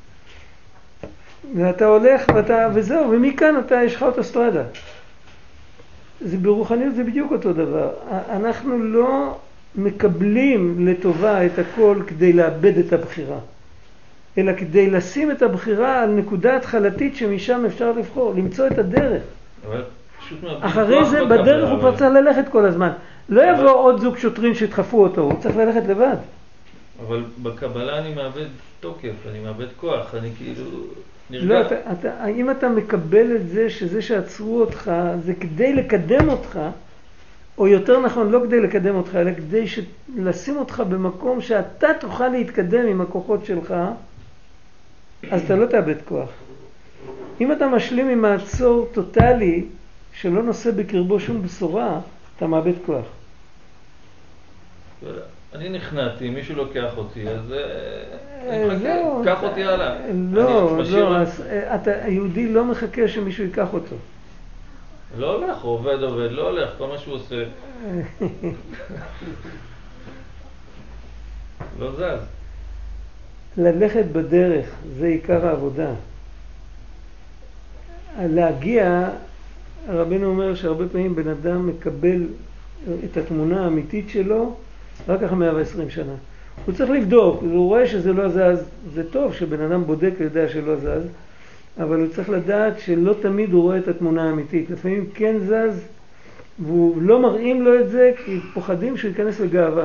ואתה הולך וזהו, ומכאן יש לך אוטוסטרדה. זה ברוחניות, זה בדיוק אותו דבר. אנחנו לא מקבלים לטובה את הכל כדי לאבד את הבחירה, אלא כדי לשים את הבחירה על נקודה התחלתית שמשם אפשר לבחור, למצוא את הדרך. אחרי זה בדרך הוא כבר צריך ללכת כל הזמן. לא יבוא עוד זוג שוטרים שדחפו אותו, הוא צריך ללכת לבד. אבל בקבלה אני מאבד תוקף, אני מאבד כוח, אני כאילו נרגע. לא, אם אתה מקבל את זה שזה שעצרו אותך, זה כדי לקדם אותך, או יותר נכון, לא כדי לקדם אותך, אלא כדי לשים אותך במקום שאתה תוכל להתקדם עם הכוחות שלך, אז אתה לא תאבד כוח. אם אתה משלים עם מעצור טוטלי, שלא נושא בקרבו שום בשורה, אתה מאבד כוח. אני נכנעתי, מישהו לוקח אותי, אז אני מחכה, קח אותי הלאה. לא, היהודי לא מחכה שמישהו ייקח אותו. לא הולך, הוא עובד, לא הולך, כל מה שהוא עושה. לא זז. ללכת בדרך, זה עיקר העבודה. להגיע, הרבינו אומר שהרבה פעמים בן אדם מקבל את התמונה האמיתית שלו, רק אחרי 120 שנה. הוא צריך לבדוק, הוא רואה שזה לא זז, זה טוב שבן אדם בודק ויודע שלא זז, אבל הוא צריך לדעת שלא תמיד הוא רואה את התמונה האמיתית. לפעמים כן זז, והוא לא מראים לו את זה, כי פוחדים שהוא ייכנס לגאווה.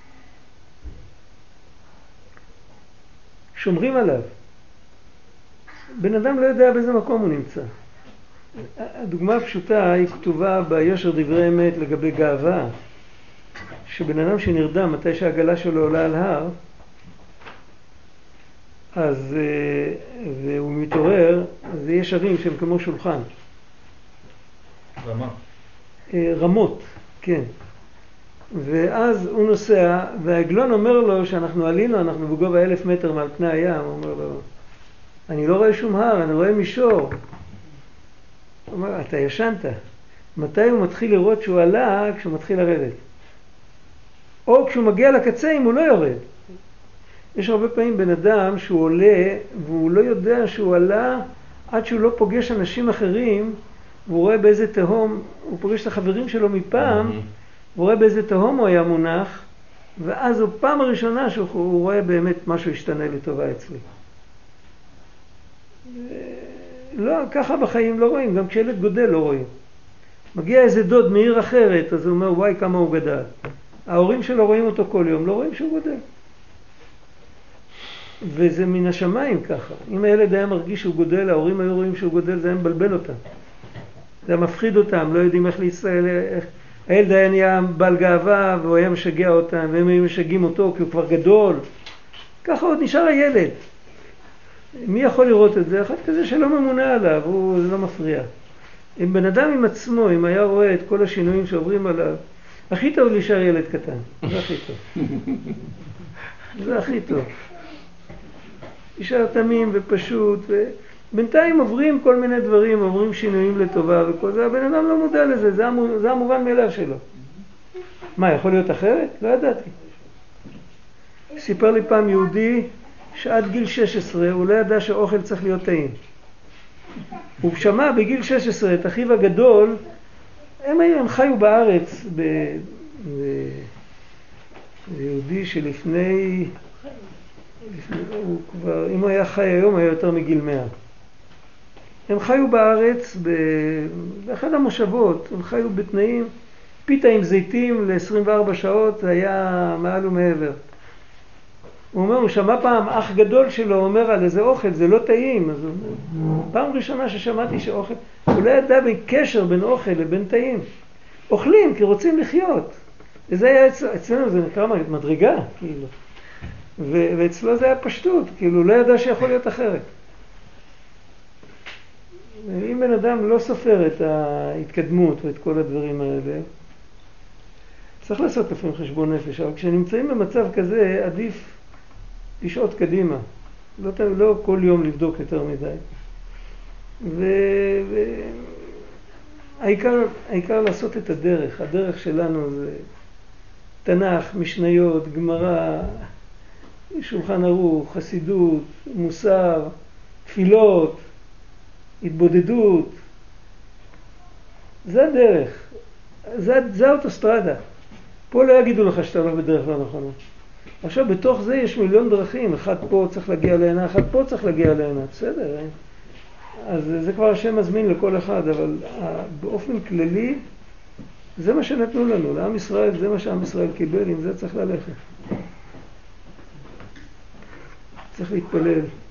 שומרים עליו. בן אדם לא יודע באיזה מקום הוא נמצא. הדוגמה הפשוטה היא כתובה ביושר דברי אמת לגבי גאווה, שבן אדם שנרדם מתי שהעגלה שלו עולה על הר, אז והוא מתעורר, אז יש הרים שהם כמו שולחן. רמה. רמות, כן. ואז הוא נוסע, והעגלון אומר לו שאנחנו עלינו, אנחנו בגובה 1,000 מטר מעל פני הים. הוא אומר לו, אני לא רואה שום הר, אני רואה מישור. הוא אומר, אתה ישנת. מתי הוא מתחיל לראות שהוא עלה? כשהוא מתחיל לרדת. או כשהוא מגיע לקצה אם הוא לא יורד. יש הרבה פעמים בן אדם שהוא עולה והוא לא יודע שהוא עלה עד שהוא לא פוגש אנשים אחרים, והוא רואה באיזה תהום, הוא פוגש את החברים שלו מפעם, והוא רואה באיזה תהום הוא היה מונח, ואז הוא פעם הראשונה שהוא רואה באמת משהו השתנה לטובה אצלי. לא, ככה בחיים לא רואים, גם כשילד גודל לא רואים. מגיע איזה דוד מעיר אחרת, אז הוא אומר, וואי, כמה הוא גדל. ההורים שלו רואים אותו כל יום, לא רואים שהוא גודל. וזה מן השמיים ככה. אם הילד היה מרגיש שהוא גודל, ההורים היו רואים שהוא גודל, זה היה מבלבל אותם. זה היה מפחיד אותם, לא יודעים איך להסתכל, הילד היה נהיה בעל גאווה, והוא היה משגע אותם, והם היו משגעים אותו, כי הוא כבר גדול. ככה עוד נשאר הילד. מי יכול לראות את זה? אחד כזה שלא ממונה עליו, זה לא מפריע. אם בן אדם עם עצמו, אם היה רואה את כל השינויים שעוברים עליו, הכי טוב להישאר ילד קטן. זה הכי טוב. זה הכי טוב. להישאר תמים ופשוט, בינתיים עוברים כל מיני דברים, עוברים שינויים לטובה וכל זה, הבן אדם לא מודע לזה, זה המובן מאליו שלו. מה, יכול להיות אחרת? לא ידעתי. סיפר לי פעם יהודי שעד גיל 16 הוא לא ידע שאוכל צריך להיות טעים. הוא שמע בגיל 16 את אחיו הגדול, הם חיו בארץ, יהודי שלפני, הוא כבר, אם הוא היה חי היום, היה יותר מגיל 100. הם חיו בארץ באחד המושבות, הם חיו בתנאים, פיתה עם זיתים ל-24 שעות, זה היה מעל ומעבר. הוא אומר, הוא שמע פעם אח גדול שלו אומר על איזה אוכל, זה לא טעים. אז הוא אומר, פעם ראשונה ששמעתי שאוכל, הוא לא ידע בקשר בין אוכל לבין טעים. אוכלים כי רוצים לחיות. וזה היה אצלנו, זה נקרא מדרגה, כאילו. ואצלו זה היה פשטות, כאילו, הוא לא ידע שיכול להיות אחרת. אם בן אדם לא סופר את ההתקדמות ואת כל הדברים האלה, צריך לעשות לפעמים חשבון נפש, אבל כשנמצאים במצב כזה, עדיף לשעות קדימה. לא כל יום לבדוק יותר מדי. העיקר לעשות את הדרך. הדרך שלנו זה תנ"ך, משניות, גמרא, שולחן ערוך, חסידות, מוסר, תפילות, התבודדות. זה הדרך. זה האוטוסטרדה. פה לא יגידו לך שאתה הולך בדרך לא נכונה. עכשיו בתוך זה יש מיליון דרכים. אחד פה צריך להגיע לעינה, אחד פה צריך להגיע לעינה. בסדר, אז זה כבר השם מזמין לכל אחד, אבל באופן כללי זה מה שנתנו לנו. לעם ישראל, זה מה שעם ישראל קיבל, עם זה צריך ללכת. צריך להתפלל.